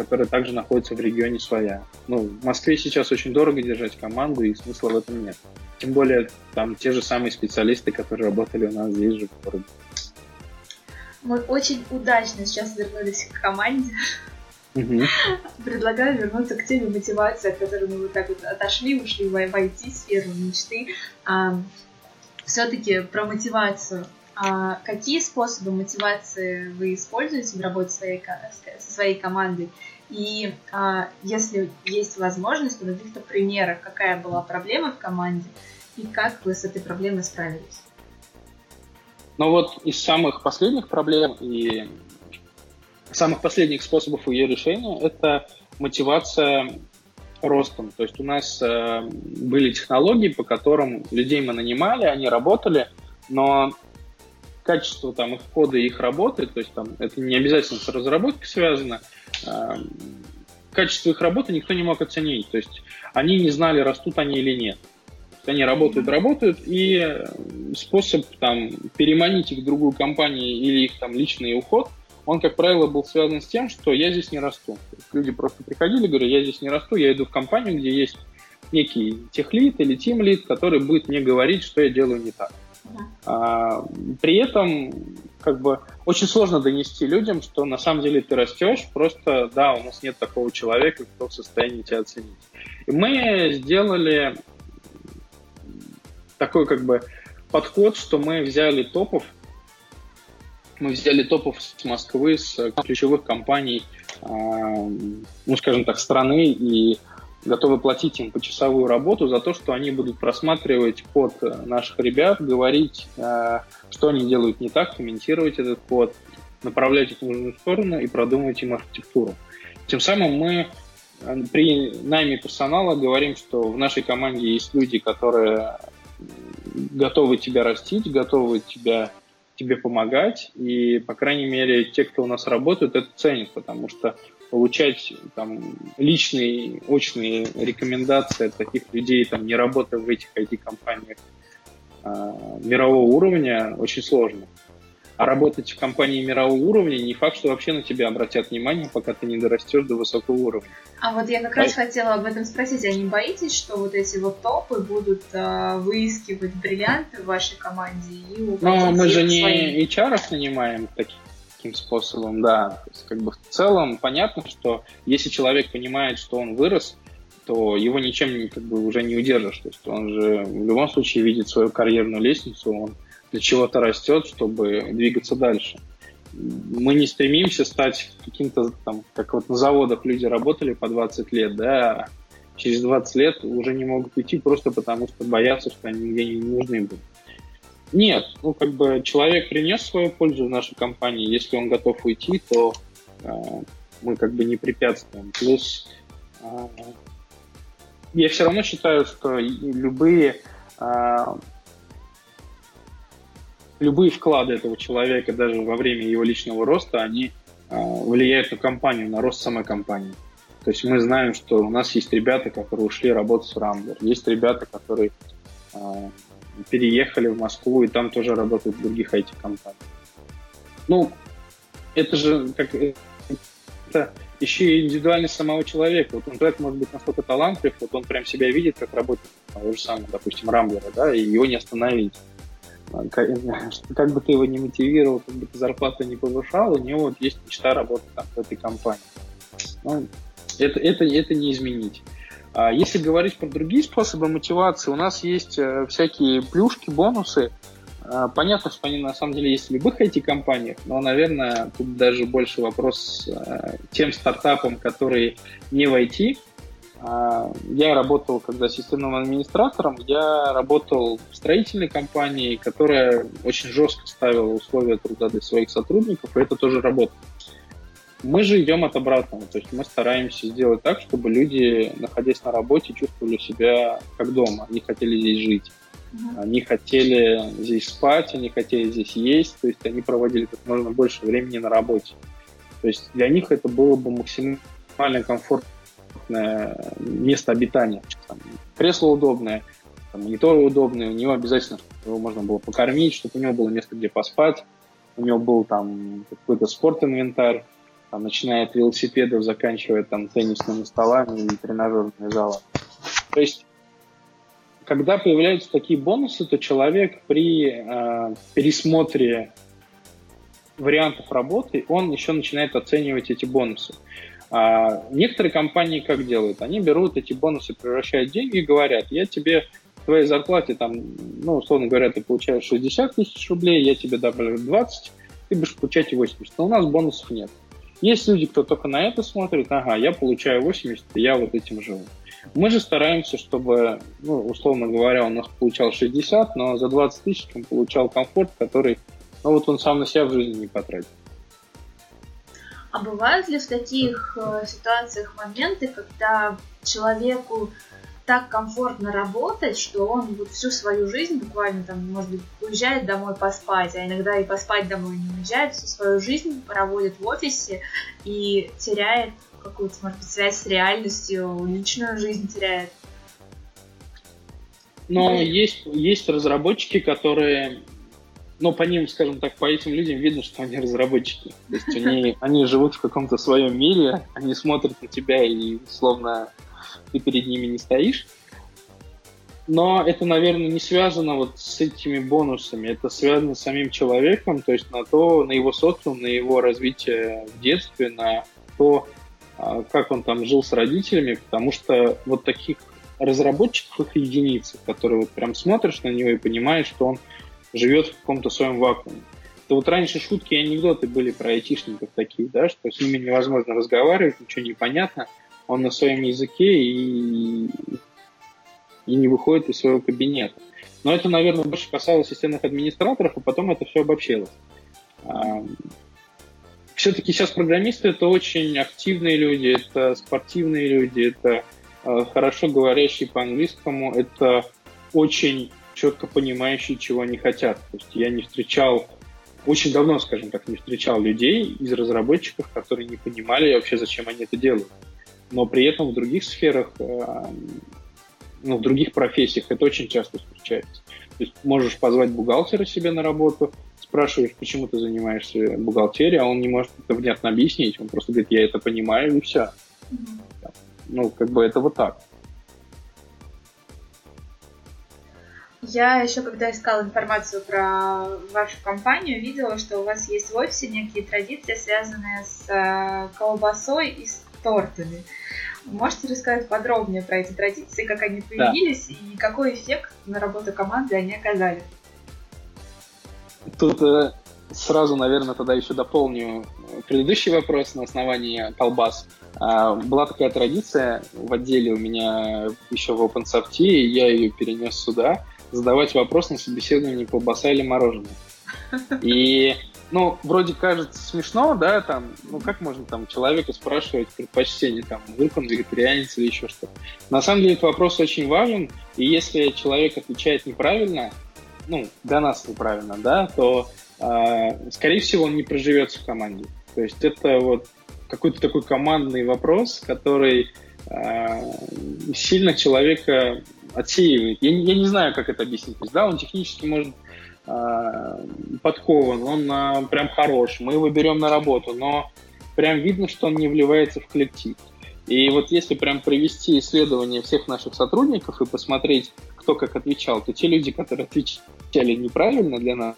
которая также находится в регионе своя. Ну, в Москве сейчас очень дорого держать команду, и смысла в этом нет. Тем более, там те же самые специалисты, которые работали у нас здесь же в городе. Мы очень удачно сейчас вернулись к команде. Угу. Предлагаю вернуться к теме мотивации, от которой мы вот так вот отошли, ушли в ай ти-сферу мечты. А, все-таки про мотивацию. А какие способы мотивации вы используете в работе своей, со своей командой? И а, если есть возможность, то на каких-то примерах, какая была проблема в команде и как вы с этой проблемой справились? Ну вот из самых последних проблем и самых последних способов ее решения – это мотивация ростом. То есть у нас э, были технологии, по которым людей мы нанимали, они работали, но качество там, их кода и их работы, то есть там, это не обязательно с разработкой связано, э, качество их работы никто не мог оценить. То есть они не знали, растут они или нет. Они работают, работают, и способ там, переманить их в другую компанию или их там, личный уход, он, как правило, был связан с тем, что я здесь не расту. То есть люди просто приходили и говорят, я здесь не расту, я иду в компанию, где есть некий техлид или тимлид, который будет мне говорить, что я делаю не так. Uh-huh. А, при этом как бы очень сложно донести людям, что на самом деле ты растешь, просто да, у нас нет такого человека, кто в состоянии тебя оценить. И мы сделали такой как бы подход, что мы взяли топов, мы взяли топов с Москвы, с ключевых компаний, э, ну, скажем так, страны, и готовы платить им почасовую работу за то, что они будут просматривать код наших ребят, говорить, э, что они делают не так, комментировать этот код, направлять их в нужную сторону и продумывать им архитектуру. Тем самым мы при найме персонала говорим, что в нашей команде есть люди, которые готовы тебя растить, готовы тебя, тебе помогать, и, по крайней мере, те, кто у нас работают, это ценят, потому что получать там, личные, очные рекомендации от таких людей, там, не работая в этих ай ти-компаниях э, мирового уровня, очень сложно. А работать в компании мирового уровня не факт, что вообще на тебя обратят внимание, пока ты не дорастешь до высокого уровня. А вот я как раз а... хотела об этом спросить. А не боитесь, что вот эти вот топы будут э, выискивать бриллианты в вашей команде? И Но мы же не своим... эйч ар-ов нанимаем таким, таким способом, да. То есть, как бы в целом понятно, что если человек понимает, что он вырос, то его ничем как бы, уже не удержишь. То есть он же в любом случае видит свою карьерную лестницу, он для чего-то растет, чтобы двигаться дальше. Мы не стремимся стать каким-то, там, как вот на заводах люди работали по двадцать лет, да, через двадцать лет уже не могут уйти просто потому, что боятся, что они нигде не нужны будут. Нет, ну как бы человек принес свою пользу в нашей компании, если он готов уйти, то э, мы как бы не препятствуем. Плюс э, я все равно считаю, что любые э, Любые вклады этого человека, даже во время его личного роста, они э, влияют на компанию, на рост самой компании. То есть мы знаем, что у нас есть ребята, которые ушли работать в Рамблер, есть ребята, которые э, переехали в Москву и там тоже работают в других ай ти-компаниях. Ну, это же как, это еще и индивидуальность самого человека. Вот он человек может быть настолько талантлив, вот он прям себя видит, как работает того же самого, допустим, Рамблера, да, и его не остановить. Как, как бы ты его не мотивировал, как бы ты зарплату не повышал, у него вот есть мечта работать там, в этой компании. Ну, это, это, это не изменить. А если говорить про другие способы мотивации, у нас есть э, всякие плюшки, бонусы. Э, понятно, что они на самом деле есть в любых ай ти-компаниях, но, наверное, тут даже больше вопрос э, тем стартапам, которые не в ай ти. Я работал, когда системным администратором, я работал в строительной компании, которая очень жестко ставила условия труда для своих сотрудников, и это тоже работает. Мы же идем от обратного, то есть мы стараемся сделать так, чтобы люди, находясь на работе, чувствовали себя как дома, они хотели здесь жить, mm-hmm. они хотели здесь спать, они хотели здесь есть, то есть они проводили как можно больше времени на работе. То есть для них это было бы максимально комфортно место обитания. Там, кресло удобное, там, мониторы удобные, у него обязательно, чтобы его можно было покормить, чтобы у него было место, где поспать, у него был там какой-то спорт-инвентарь. там, начиная от велосипедов, заканчивая там теннисными столами и тренажерными залами. То есть, когда появляются такие бонусы, то человек при э, пересмотре вариантов работы, он еще начинает оценивать эти бонусы. А некоторые компании как делают? Они берут эти бонусы, превращают в деньги и говорят: я тебе в твоей зарплате, там, ну, условно говоря, ты получаешь шестьдесят тысяч рублей, я тебе добавлю двадцать, ты будешь получать восемьдесят. Но у нас бонусов нет. Есть люди, кто только на это смотрит: ага, я получаю восемьдесят, и я вот этим живу. Мы же стараемся, чтобы, ну, условно говоря, он у нас получал шестьдесят, но за двадцать тысяч он получал комфорт, который, ну, вот он сам на себя в жизни не потратит. А бывают ли в таких э, ситуациях моменты, когда человеку так комфортно работать, что он вот всю свою жизнь буквально там, может быть, уезжает домой поспать, а иногда и поспать домой не уезжает, всю свою жизнь проводит в офисе и теряет какую-то, может быть, связь с реальностью, личную жизнь теряет? Но есть, есть разработчики, которые, ну, по ним, скажем так, по этим людям видно, что они разработчики. То есть они, они живут в каком-то своем мире, они смотрят на тебя и, словно, ты перед ними не стоишь. Но это, наверное, не связано вот с этими бонусами. Это связано с самим человеком, то есть на то, на его социум, на его развитие в детстве, на то, как он там жил с родителями, потому что вот таких разработчиков, их единицы, которые вот прям смотришь на него и понимаешь, что он живет в каком-то своем вакууме. То вот раньше шутки и анекдоты были про айтишников такие, да, что с ними невозможно разговаривать, ничего не понятно. Он на своем языке и, и не выходит из своего кабинета. Но это, наверное, больше касалось системных администраторов, а потом это все обобщилось. Все-таки сейчас программисты — это очень активные люди, это спортивные люди, это хорошо говорящие по-английскому, это очень четко понимающие, чего они хотят. То есть я не встречал, очень давно, скажем так, не встречал людей из разработчиков, которые не понимали вообще, зачем они это делают. Но при этом в других сферах, ну, в других профессиях это очень часто встречается. То есть можешь позвать бухгалтера себе на работу, спрашиваешь, почему ты занимаешься бухгалтерией, а он не может это внятно объяснить. Он просто говорит: я это понимаю, и все. Mm-hmm. Ну, как бы это вот так. Я еще, когда искала информацию про вашу компанию, видела, что у вас есть в офисе некие традиции, связанные с колбасой и с тортами. Можете рассказать подробнее про эти традиции, как они появились, да, и какой эффект на работу команды они оказали? Тут э, сразу, наверное, тогда еще дополню предыдущий вопрос на основании колбас. Э, была такая традиция в отделе у меня еще в OpenSoft, и я ее перенес сюда, задавать вопрос на собеседовании: колбаса или мороженое. И, ну, вроде кажется смешно, да, там, ну, как можно там человека спрашивать предпочтение, там, вдруг он вегетарианец или еще что-то. На самом деле этот вопрос очень важен, и если человек отвечает неправильно, ну, для нас неправильно, да, то, э, скорее всего, он не проживется в команде. То есть это вот какой-то такой командный вопрос, который э, сильно человека отсеивает. Я, я не знаю, как это объяснить. То есть, да, он технически может э, подкован, он э, прям хорош, мы его берем на работу, но прям видно, что он не вливается в коллектив. И вот если прям провести исследование всех наших сотрудников и посмотреть, кто как отвечал, то те люди, которые отвечали неправильно для нас,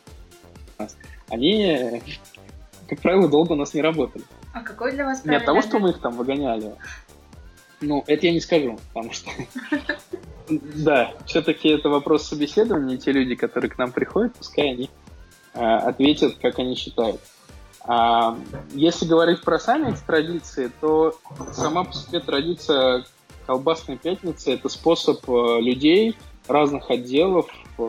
они, как правило, долго у нас не работали. А какой для вас правильный? Не от того, что мы их там выгоняли. Ну, это я не скажу, потому что... Да, все-таки это вопрос собеседования. Те люди, которые к нам приходят, пускай они ответят, как они считают. А если говорить про сами эти традиции, то сама по себе традиция колбасной пятницы — это способ людей разных отделов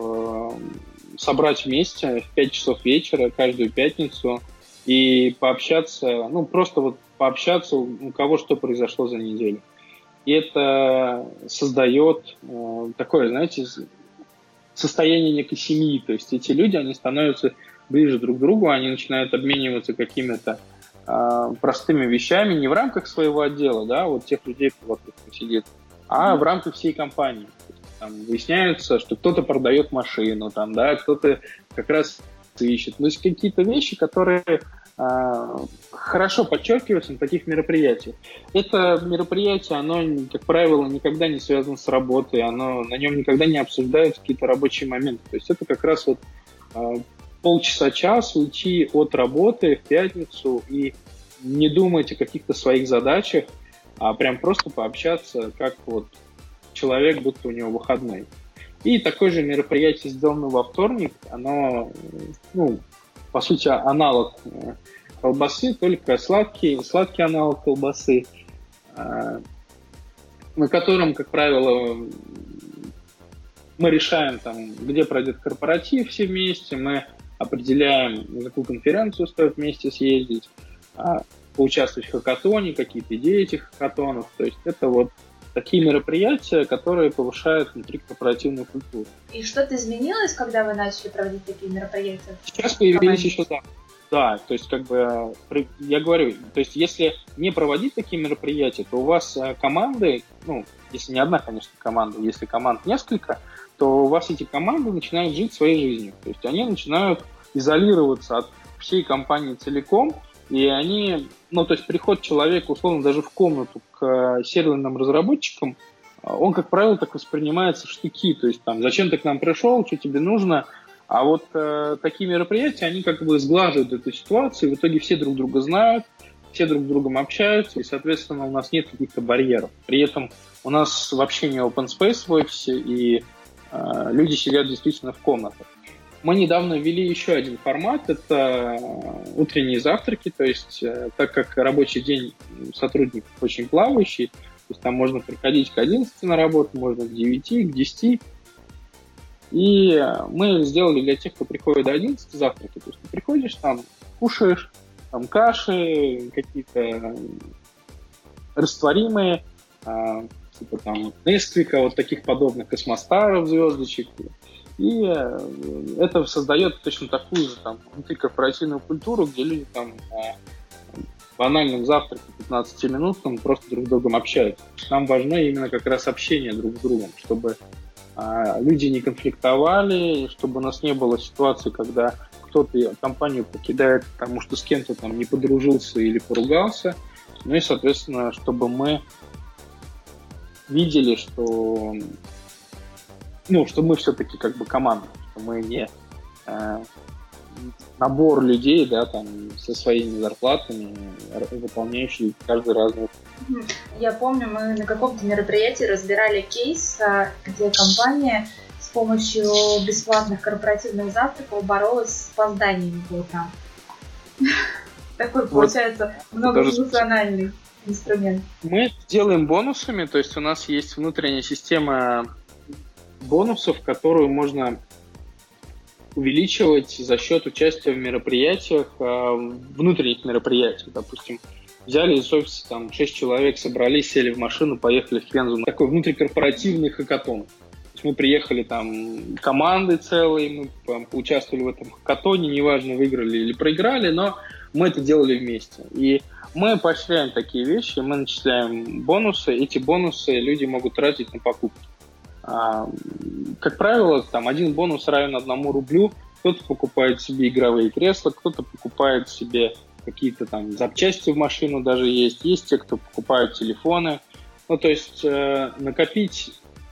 собрать вместе в пять часов вечера каждую пятницу и пообщаться, ну, просто вот пообщаться, у кого что произошло за неделю. И это создает э, такое, знаете, состояние некой семьи. То есть эти люди, они становятся ближе друг к другу, они начинают обмениваться какими-то э, простыми вещами не в рамках своего отдела, да, вот тех людей, кто вокруг сидит, а в рамках всей компании. Там выясняется, что кто-то продает машину, там, да, кто-то как раз ищет. То есть какие-то вещи, которые хорошо подчеркивается на таких мероприятиях. Это мероприятие, оно, как правило, никогда не связано с работой, оно, на нем никогда не обсуждаются какие-то рабочие моменты. То есть это как раз вот полчаса-час уйти от работы в пятницу и не думать о каких-то своих задачах, а прям просто пообщаться, как вот человек, будто у него выходной. И такое же мероприятие, сделано во вторник, оно, ну, по сути, аналог колбасы, только сладкий, сладкий аналог колбасы, на котором, как правило, мы решаем, там, где пройдет корпоратив все вместе, мы определяем, на какую конференцию стоит вместе съездить, поучаствовать в хакатоне, какие-то идеи этих хакатонов. То есть это вот такие мероприятия, которые повышают внутрикорпоративную культуру. И что-то изменилось, когда вы начали проводить такие мероприятия? Сейчас появились еще да. Да, то есть как бы я говорю, то есть если не проводить такие мероприятия, то у вас команды, ну, если не одна, конечно, команда, если команд несколько, то у вас эти команды начинают жить своей жизнью. То есть они начинают изолироваться от всей компании целиком, и они, ну, то есть приход человека, условно, даже в комнату к серверным разработчикам, он, как правило, так воспринимается в штыки, то есть там, зачем ты к нам пришел, что тебе нужно, а вот э, такие мероприятия, они как бы сглаживают эту ситуацию, в итоге все друг друга знают, все друг с другом общаются, и, соответственно, у нас нет каких-то барьеров. При этом у нас вообще не open space в офисе, и э, люди сидят действительно в комнатах. Мы недавно ввели еще один формат, это утренние завтраки, то есть э, так как рабочий день сотрудников очень плавающий, то есть там можно приходить к одиннадцати на работу, можно к девяти, к десяти, и мы сделали для тех, кто приходит до одиннадцати завтраки, то есть ты приходишь, там кушаешь, там каши, какие-то растворимые, э, типа там Несквика, вот таких подобных космостаров, звездочек. И это создает точно такую же там внутрикорпоративную культуру, где люди там на банальном завтраке пятнадцатиминутном просто друг с другом общаются. Нам важно именно как раз общение друг с другом, чтобы а, люди не конфликтовали, чтобы у нас не было ситуации, когда кто-то компанию покидает, потому что с кем-то там не подружился или поругался. Ну и, соответственно, чтобы мы видели, что ну, что мы все-таки как бы команда, что мы не э, набор людей, да, там, со своими зарплатами, выполняющие каждый разный. Я помню, мы на каком-то мероприятии разбирали кейс, где компания с помощью бесплатных корпоративных завтраков боролась с опозданиями по утрам. Такой, получается, многофункциональный инструмент. Мы делаем бонусами, то есть у нас есть внутренняя система бонусов, которую можно увеличивать за счет участия в мероприятиях, внутренних мероприятиях. Допустим, взяли из офиса там шесть человек, собрались, сели в машину, поехали в Пензу. Такой внутрикорпоративный хакатон. То есть мы приехали там команды целые, мы там, поучаствовали в этом хакатоне, неважно, выиграли или проиграли, но мы это делали вместе. И мы поощряем такие вещи, мы начисляем бонусы, эти бонусы люди могут тратить на покупки. А, как правило, там один бонус равен одному рублю. Кто-то покупает себе игровые кресла, кто-то покупает себе какие-то там запчасти в машину даже есть. Есть те, кто покупают телефоны. Ну, то есть э, накопить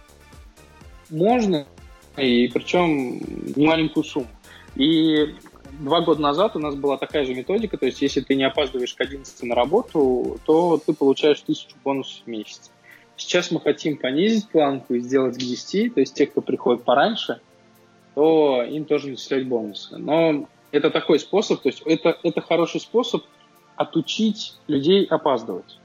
можно, и причем немаленькую сумму. И два года назад у нас была такая же методика, то есть если ты не опаздываешь к одиннадцати на работу, то ты получаешь тысячу бонусов в месяц. Сейчас мы хотим понизить планку и сделать к десяти, то есть те, кто приходит пораньше, то им тоже начислять бонусы. Но это такой способ, то есть это, это хороший способ отучить людей опаздывать.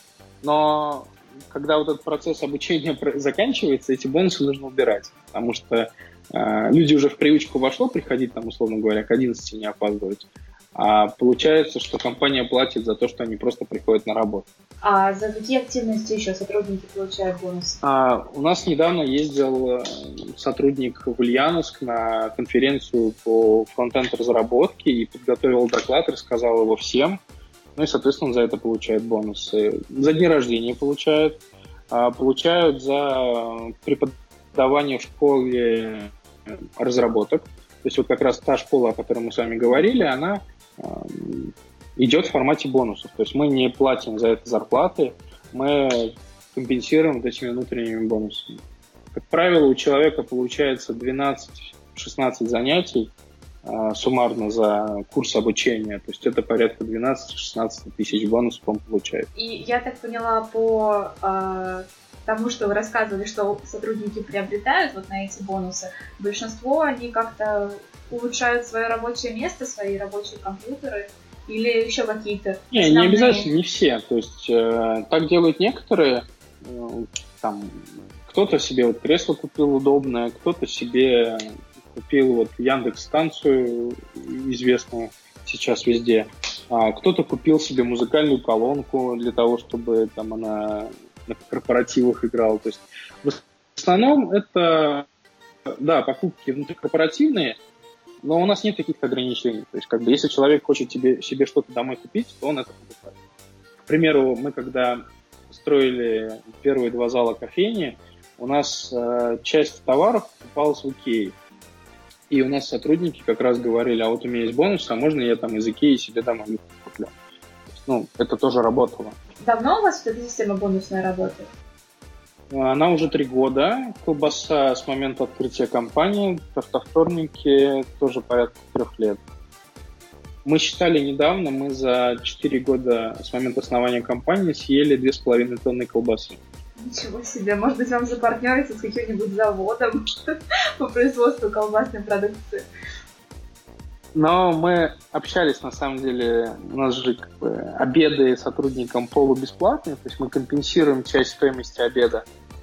Но когда вот этот процесс обучения заканчивается, эти бонусы нужно убирать, потому что э, люди уже в привычку вошло приходить, там, условно говоря, к одиннадцати не опаздывать. А получается, что компания платит за то, что они просто приходят на работу. А за какие активности еще сотрудники получают бонус? А, у нас недавно ездил сотрудник в Ульяновск на конференцию по фронтенд разработке и подготовил доклад, рассказал его всем. Ну и, соответственно, за это получают бонусы. За дни рождения получают. А, получают за преподавание в школе разработок. То есть вот как раз та школа, о которой мы с вами говорили, она идет в формате бонусов. То есть мы не платим за это зарплаты, мы компенсируем вот этими внутренними бонусами. Как правило, у человека получается двенадцать-шестнадцать занятий э, суммарно за курс обучения. То есть это порядка двенадцать-шестнадцать тысяч бонусов он получает. И я так поняла по э, тому, что вы рассказывали, что сотрудники приобретают вот на эти бонусы, большинство они как-то улучшают свое рабочее место, свои рабочие компьютеры или еще какие-то Не, основные... не обязательно, не все. То есть э, так делают некоторые. Э, там, кто-то себе вот кресло купил удобное, кто-то себе купил вот Яндекс-станцию, известную сейчас везде. А кто-то купил себе музыкальную колонку для того, чтобы там она на корпоративах играла. То есть в основном это, да, покупки внутрикорпоративные, но у нас нет каких-то ограничений. То есть, как бы, если человек хочет себе, себе что-то домой купить, то он это покупает. К примеру, мы когда строили первые два зала кофейни, у нас э, часть товаров покупалась в Икее. И у нас сотрудники как раз говорили, а вот у меня есть бонус, а можно я там из Икеи себе домой куплю? Ну, это тоже работало. Давно у вас эта система бонусная работает? Она уже три года. Колбаса с момента открытия компании, тортовторники тоже порядка трех лет. Мы считали недавно, мы за четыре года с момента основания компании съели две с половиной тонны колбасы. Ничего себе, может быть, вам запартнериться с каким-нибудь заводом по производству колбасной продукции? Но мы общались, на самом деле, у нас же как бы обеды сотрудникам полубесплатные, то есть мы компенсируем часть стоимости обеда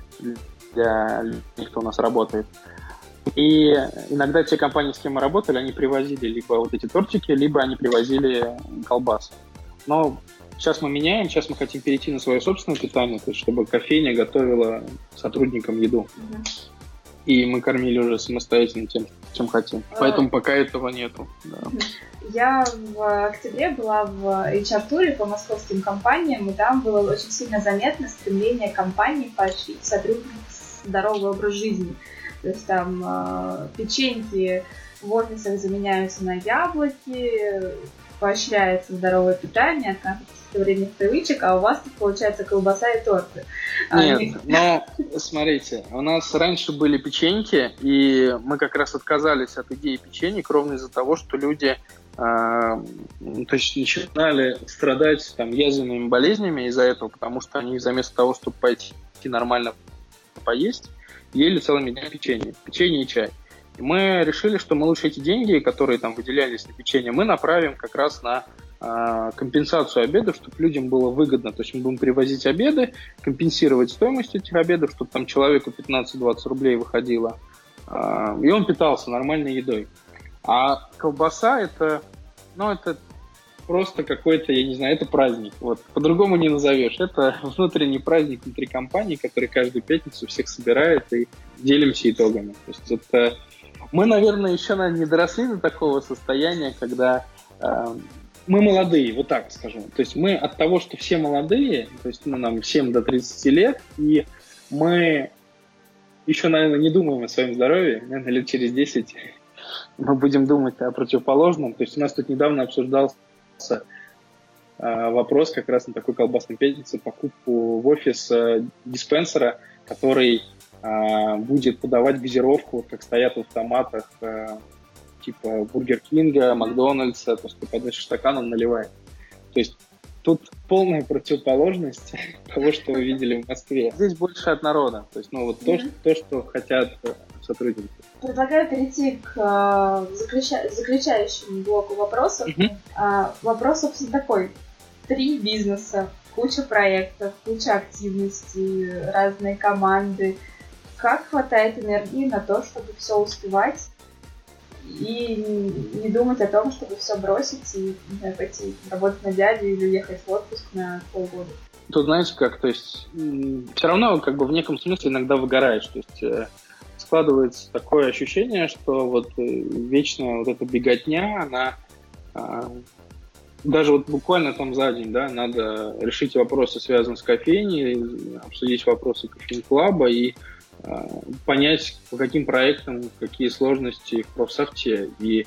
для людей, кто у нас работает. И иногда те компании, с кем мы работали, они привозили либо вот эти тортики, либо они привозили колбасы. Но сейчас мы меняем, сейчас мы хотим перейти на свое собственное питание, то есть чтобы кофейня готовила сотрудникам еду. Mm-hmm. И мы кормили уже самостоятельно тем, чем хотим. А... Поэтому пока этого нету. Да. Я в октябре была в эйч ар-туре по московским компаниям, и там было очень сильно заметно стремление компаний поощрить сотрудников здоровый образ жизни. То есть там э, печеньки в офисах заменяются на яблоки, поощряется здоровое питание, отказывается от вредных привычек, а у вас тут получается колбаса и торты. Нет, Они... но смотрите, у нас раньше были печеньки, и мы как раз отказались от идеи печенья ровно из-за того, что люди э, то есть начинали страдать там язвенными болезнями из-за этого, потому что они вместо того, чтобы пойти нормально поесть, ели целыми днями печенье, печенье и чай. И мы решили, что мы лучше эти деньги, которые там выделялись на печенье, мы направим как раз на э, компенсацию обедов, чтобы людям было выгодно. То есть мы будем привозить обеды, компенсировать стоимость этих обедов, чтобы там человеку пятнадцать-двадцать рублей выходило, э, и он питался нормальной едой. А колбаса это, ну, это просто какой-то, я не знаю, это праздник. Вот. По-другому не назовешь. Это внутренний праздник внутри компании, который каждую пятницу всех собирает и делимся итогами. То есть это... Мы, наверное, еще наверное, не доросли до такого состояния, когда э, мы молодые, вот так скажу. То есть мы от того, что все молодые, то есть ну, нам всем до тридцати лет, и мы еще, наверное, не думаем о своем здоровье, наверное, лет через десять мы будем думать о противоположном. То есть у нас тут недавно обсуждался э, вопрос как раз на такой колбасной пятнице, покупку в офис э, диспенсера, который будет подавать газировку, вот как стоят в автоматах, типа Бургер Кинга, Макдональдса, то есть ты подносишь стакан, он наливает. То есть тут полная противоположность того, что вы видели в Москве. Здесь больше от народа, то есть ну вот mm-hmm. то, то, что хотят сотрудники. Предлагаю перейти к заключа... заключающему блоку вопросов. Mm-hmm. Вопрос, собственно, такой. Три бизнеса, куча проектов, куча активностей, разные команды. Как хватает энергии на то, чтобы все успевать и не думать о том, чтобы все бросить и не знаю, пойти работать на дядю или уехать в отпуск на полгода? Тут знаете как, то есть все равно как бы в неком смысле иногда выгораешь, то есть э, складывается такое ощущение, что вот э, вечная вот эта беготня, она э, даже вот буквально там за день, да, надо решить вопросы, связанные с кофейней, обсудить вопросы кофейн-клаба и понять, по каким проектам, какие сложности в профсофте. И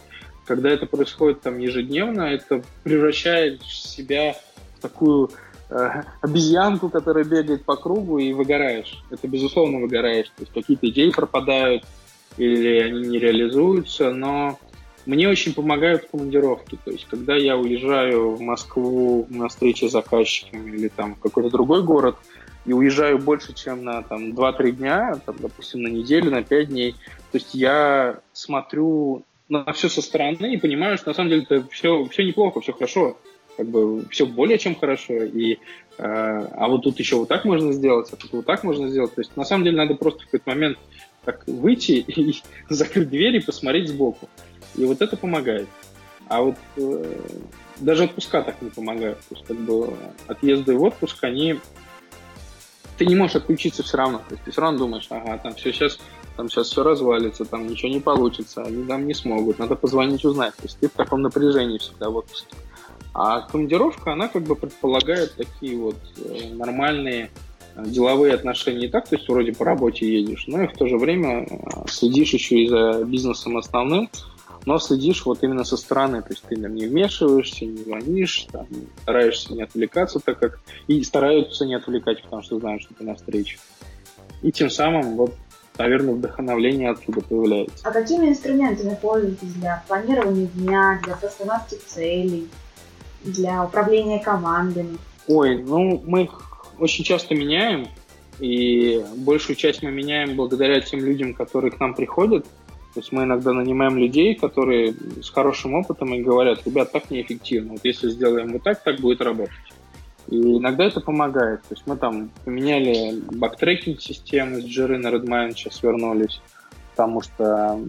когда это происходит там ежедневно, это превращает себя в такую э, обезьянку, которая бегает по кругу, и выгораешь. Это, безусловно, выгораешь. То есть какие-то идеи пропадают или они не реализуются, но мне очень помогают командировки. То есть когда я уезжаю в Москву на встречи с заказчиками или там в какой-то другой город, и уезжаю больше, чем на там, два-три дня, там, допустим, на неделю, на пять дней, то есть я смотрю на все со стороны и понимаю, что на самом деле это все, все неплохо, все хорошо, как бы все более чем хорошо, и, э, а вот тут еще вот так можно сделать, а тут вот так можно сделать. То есть на самом деле надо просто в какой-то момент так выйти и закрыть дверь и посмотреть сбоку. И вот это помогает. А вот э, даже отпуска так не помогают. То есть как бы отъезды в отпуск, они... Ты не можешь отключиться все равно. То есть ты все равно думаешь, ага, там все сейчас, там сейчас все развалится, там ничего не получится, они там не смогут, надо позвонить, узнать. То есть ты в таком напряжении всегда в отпуске. А командировка, она как бы предполагает такие вот э, нормальные э, деловые отношения. И так, то есть вроде по работе едешь, но и в то же время э, следишь еще и за бизнесом основным, но следишь вот именно со стороны, то есть ты там не вмешиваешься, не звонишь, там, стараешься не отвлекаться, так как и стараются не отвлекать, потому что знают, что ты на встрече. И тем самым, вот, наверное, вдохновление отсюда появляется. А какими инструментами пользуетесь для планирования дня, для постановки целей, для управления командами? Ой, ну мы их очень часто меняем, и большую часть мы меняем благодаря тем людям, которые к нам приходят. То есть мы иногда нанимаем людей, которые с хорошим опытом и говорят, ребят, так неэффективно, вот если сделаем вот так, так будет работать. И иногда это помогает. То есть мы там поменяли бактрекинг системы с Jira на Redmine, сейчас вернулись, потому что,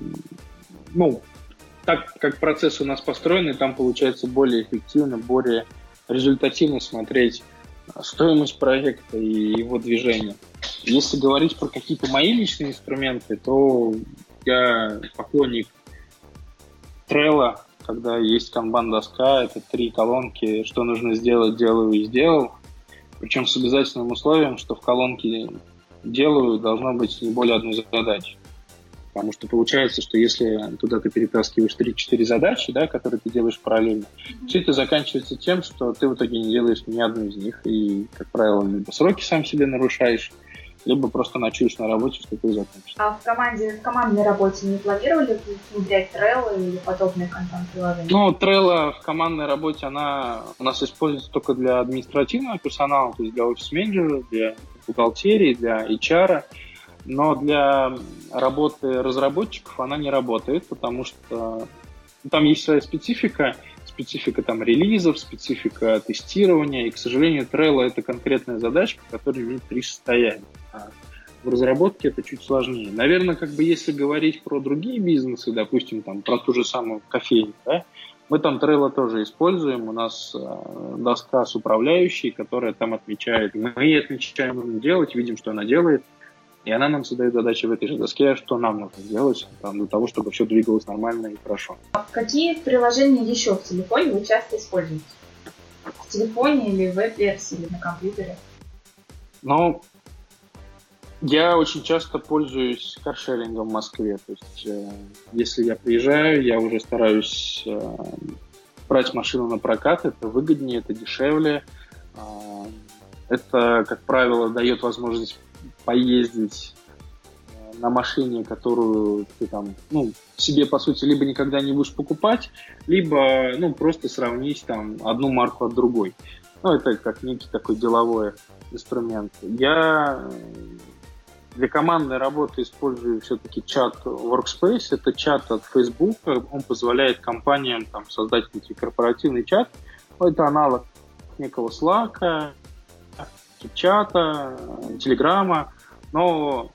ну, так как процесс у нас построенный, там получается более эффективно, более результативно смотреть стоимость проекта и его движение. Если говорить про какие-то мои личные инструменты, то я поклонник Trello, когда есть канбан-доска, это три колонки, что нужно сделать, делаю и сделал. Причем с обязательным условием, что в колонке делаю должно быть не более одной задачи. Потому что получается, что если туда ты перетаскиваешь три-четыре задачи, да, которые ты делаешь параллельно, mm-hmm. все это заканчивается тем, что ты в итоге не делаешь ни одну из них. И, как правило, либо сроки сам себе нарушаешь, либо просто ночуешь на работе, что ты закончишь. А в команде, в командной работе не планировали внедрять Trello или подобные контент-приложения? Ну, Trello в командной работе, она у нас используется только для административного персонала, то есть для офис-менеджера, для бухгалтерии, для эйч ар, но для работы разработчиков она не работает, потому что там есть своя специфика, специфика там релизов, специфика тестирования, и, к сожалению, Trello — это конкретная задачка, которая имеет три состояния. А в разработке это чуть сложнее. Наверное, как бы если говорить про другие бизнесы, допустим, там, про ту же самую кофейню, да, мы там Trello тоже используем, у нас э, доска с управляющей, которая там отмечает, мы ей отмечаем, нужно делать, видим, что она делает, и она нам задает задачи в этой же доске, что нам нужно сделать там, для того, чтобы все двигалось нормально и хорошо. А какие приложения еще в телефоне вы часто используете? В телефоне или в веб-версии, или на компьютере? Ну, я очень часто пользуюсь каршерингом в Москве. То есть, э, если я приезжаю, я уже стараюсь э, брать машину на прокат. Это выгоднее, это дешевле. Э, это, как правило, дает возможность поездить на машине, которую ты там, ну, себе, по сути, либо никогда не будешь покупать, либо, ну, просто сравнить там одну марку от другой. Ну, это как некий такой деловой инструмент. Я для командной работы использую все-таки чат Workspace. Это чат от Facebook. Он позволяет компаниям там создать внутрикорпоративный чат. Это аналог некого Slack, чата, Телеграма, но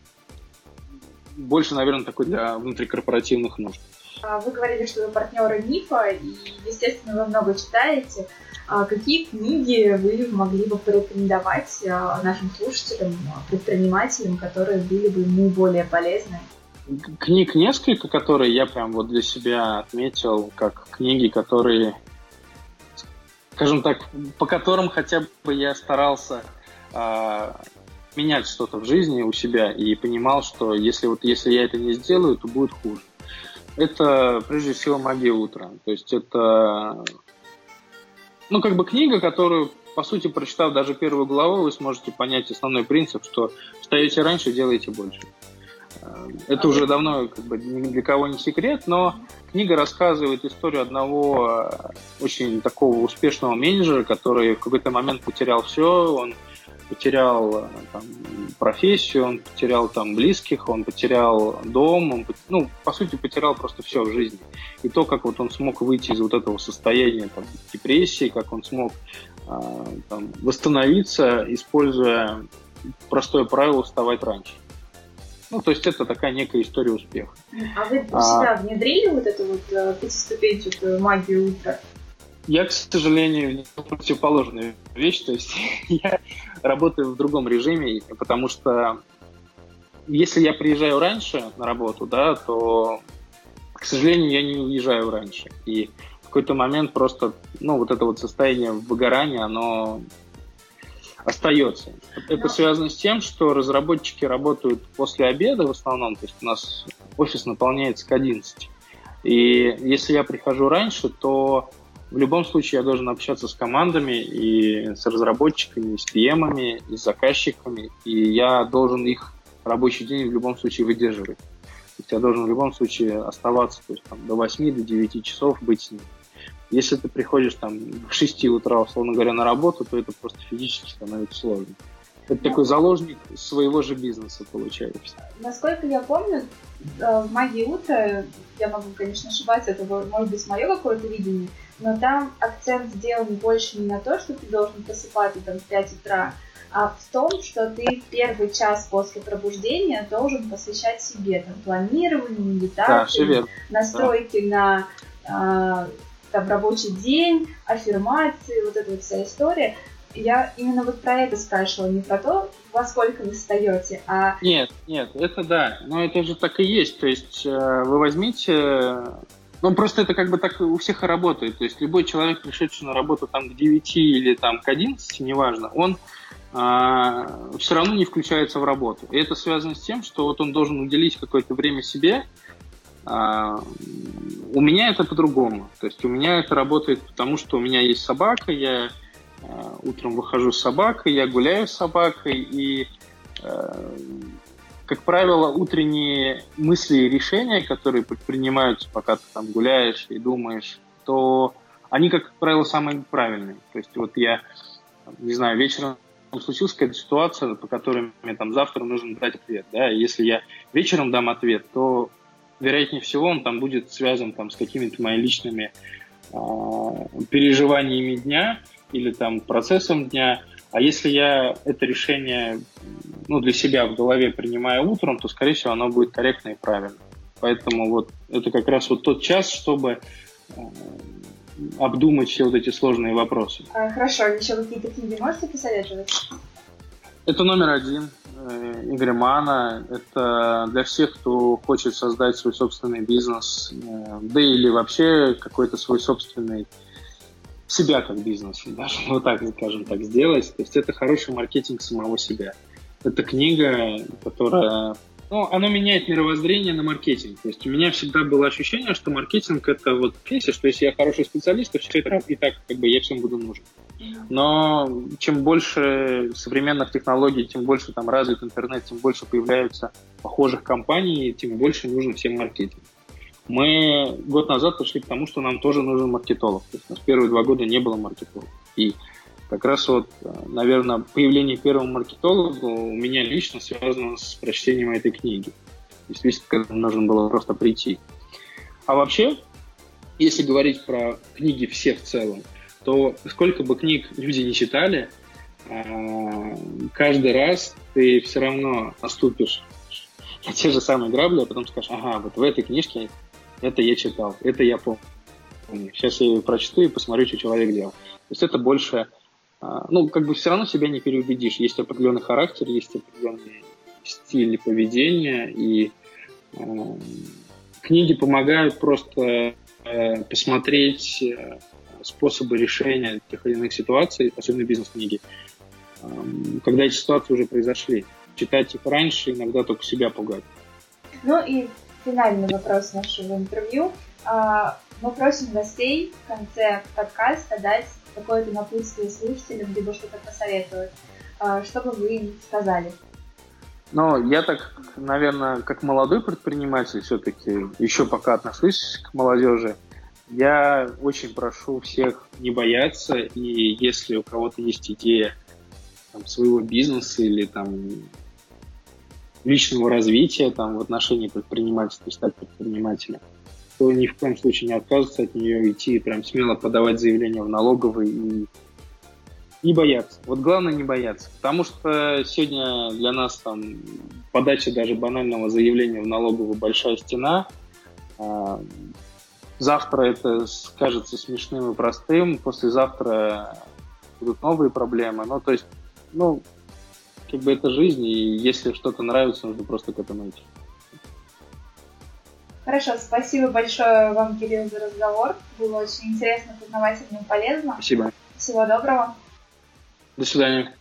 больше, наверное, такой для внутрикорпоративных нужд. Вы говорили, что вы партнеры МИФа, и, естественно, вы много читаете. Какие книги вы могли бы порекомендовать нашим слушателям, предпринимателям, которые были бы ему более полезны? Книг несколько, которые я прям вот для себя отметил, как книги, которые, скажем так, по которым хотя бы я старался э, менять что-то в жизни у себя и понимал, что если вот если я это не сделаю, то будет хуже. это прежде всего «Магия утра». То есть это, ну, как бы книга, которую, по сути, прочитав даже первую главу, вы сможете понять основной принцип, что встаете раньше, делаете больше. Это уже давно как бы ни для кого не секрет, но книга рассказывает историю одного очень такого успешного менеджера, который в какой-то момент потерял все, он потерял там профессию, он потерял там близких, он потерял дом, он, ну, по сути, потерял просто все в жизни. И то, как вот он смог выйти из вот этого состояния там, депрессии, как он смог э, там, восстановиться, используя простое правило вставать раньше. Ну, то есть это такая некая история успеха. А вы у себя а, внедрили вот эту вот пятиступенчатую магию утра? Я, к сожалению, противоположную вещь. То есть я работаю в другом режиме, потому что если я приезжаю раньше на работу, да, то, к сожалению, я не уезжаю раньше. И в какой-то момент просто, ну, вот это вот состояние выгорания, оно остается. Это связано с тем, что разработчики работают после обеда в основном, то есть у нас офис наполняется к одиннадцати. И если я прихожу раньше, то в любом случае я должен общаться с командами и с разработчиками, и с пи эм-ами, и с заказчиками, и я должен их рабочий день в любом случае выдерживать. То есть я должен в любом случае оставаться, то есть, там, до восьми, до девяти часов быть с ними. Если ты приходишь там в шести утра, условно говоря, на работу, то это просто физически становится сложно. Это ну, такой заложник своего же бизнеса получается. Насколько я помню, в «Магии утра», я могу, конечно, ошибаться, это может быть мое какое-то видение, но там акцент сделан больше не на то, что ты должен просыпаться там в пять утра, а в том, что ты первый час после пробуждения должен посвящать себе там, планированию, медитации, да, настройки да. на... там, рабочий день, аффирмации, вот эта вот вся история. Я именно вот про это спрашивала, не про то, во сколько вы встаете, а... Нет, нет, это да, но это же так и есть, то есть вы возьмите... Ну, просто это как бы так у всех и работает, то есть любой человек, пришедший на работу там к девяти или там к одиннадцати, неважно, он а, все равно не включается в работу. И это связано с тем, что вот он должен уделить какое-то время себе. Uh, у меня это по-другому. То есть у меня это работает потому, что у меня есть собака, я uh, утром выхожу с собакой, я гуляю с собакой, и, uh, как правило, утренние мысли и решения, которые предпринимаются, пока ты там гуляешь и думаешь, то они, как правило, самые правильные. То есть вот я, не знаю, вечером случилась какая-то ситуация, по которой мне там завтра нужно дать ответ. Да? И если я вечером дам ответ, то вероятнее всего, он там будет связан там, с какими-то моими личными э, переживаниями дня или там процессом дня. А если я это решение ну, для себя в голове принимаю утром, то, скорее всего, оно будет корректно и правильно. Поэтому вот это как раз вот тот час, чтобы э, обдумать все вот эти сложные вопросы. А, хорошо, еще какие-то книги можете посоветовать? Это номер один. Игоря Манна. Это для всех, кто хочет создать свой собственный бизнес, да или вообще какой-то свой собственный себя как бизнес, даже вот так, скажем так, сделать. То есть это хороший маркетинг самого себя. Это книга, которая... Ну, она меняет мировоззрение на маркетинг. То есть у меня всегда было ощущение, что маркетинг — это вот кейсы, что если я хороший специалист, то все это и так как бы я всем буду нужен. Но чем больше современных технологий, тем больше там развит интернет, тем больше появляются похожих компаний, тем больше нужен всем маркетинг. Мы год назад пришли к тому, что нам тоже нужен маркетолог. То есть у нас первые два года не было маркетолога. И как раз вот, наверное, появление первого маркетолога у меня лично связано с прочтением этой книги. Действительно, нужно было просто прийти. А вообще, если говорить про книги все в целом, то сколько бы книг люди не читали, каждый раз ты все равно наступишь на те же самые грабли, а потом скажешь, ага, вот в этой книжке это я читал, это я помню. Сейчас я ее прочту и посмотрю, что человек делал. То есть это больше, ну, как бы все равно себя не переубедишь. Есть определенный характер, есть определенный стиль поведения, и э, книги помогают просто э, посмотреть э, способы решения тех или иных ситуаций, особенно бизнес-книги, э, когда эти ситуации уже произошли. Читать их раньше иногда только себя пугать. Ну и финальный вопрос нашего интервью. Мы просим гостей в конце подкаста дать какое-то напутствие слушателям, либо что-то посоветовать. Что бы вы им сказали? Ну, я так, наверное, как молодой предприниматель все-таки еще пока отношусь к молодежи. Я очень прошу всех не бояться, и если у кого-то есть идея там, своего бизнеса или там личного развития там, в отношении предпринимательства, стать предпринимателем, то ни в коем случае не отказываться от нее, идти прям смело подавать заявление в налоговый и не бояться. Вот главное не бояться, потому что сегодня для нас там подача даже банального заявления в налоговую большая стена. Завтра это кажется смешным и простым, послезавтра будут новые проблемы. Ну, то есть, ну, как бы это жизнь, и если что-то нравится, нужно просто к этому идти. Хорошо, спасибо большое вам, Кирилл, за разговор. Было очень интересно, познавательно и полезно. Спасибо. Всего доброго. До свидания.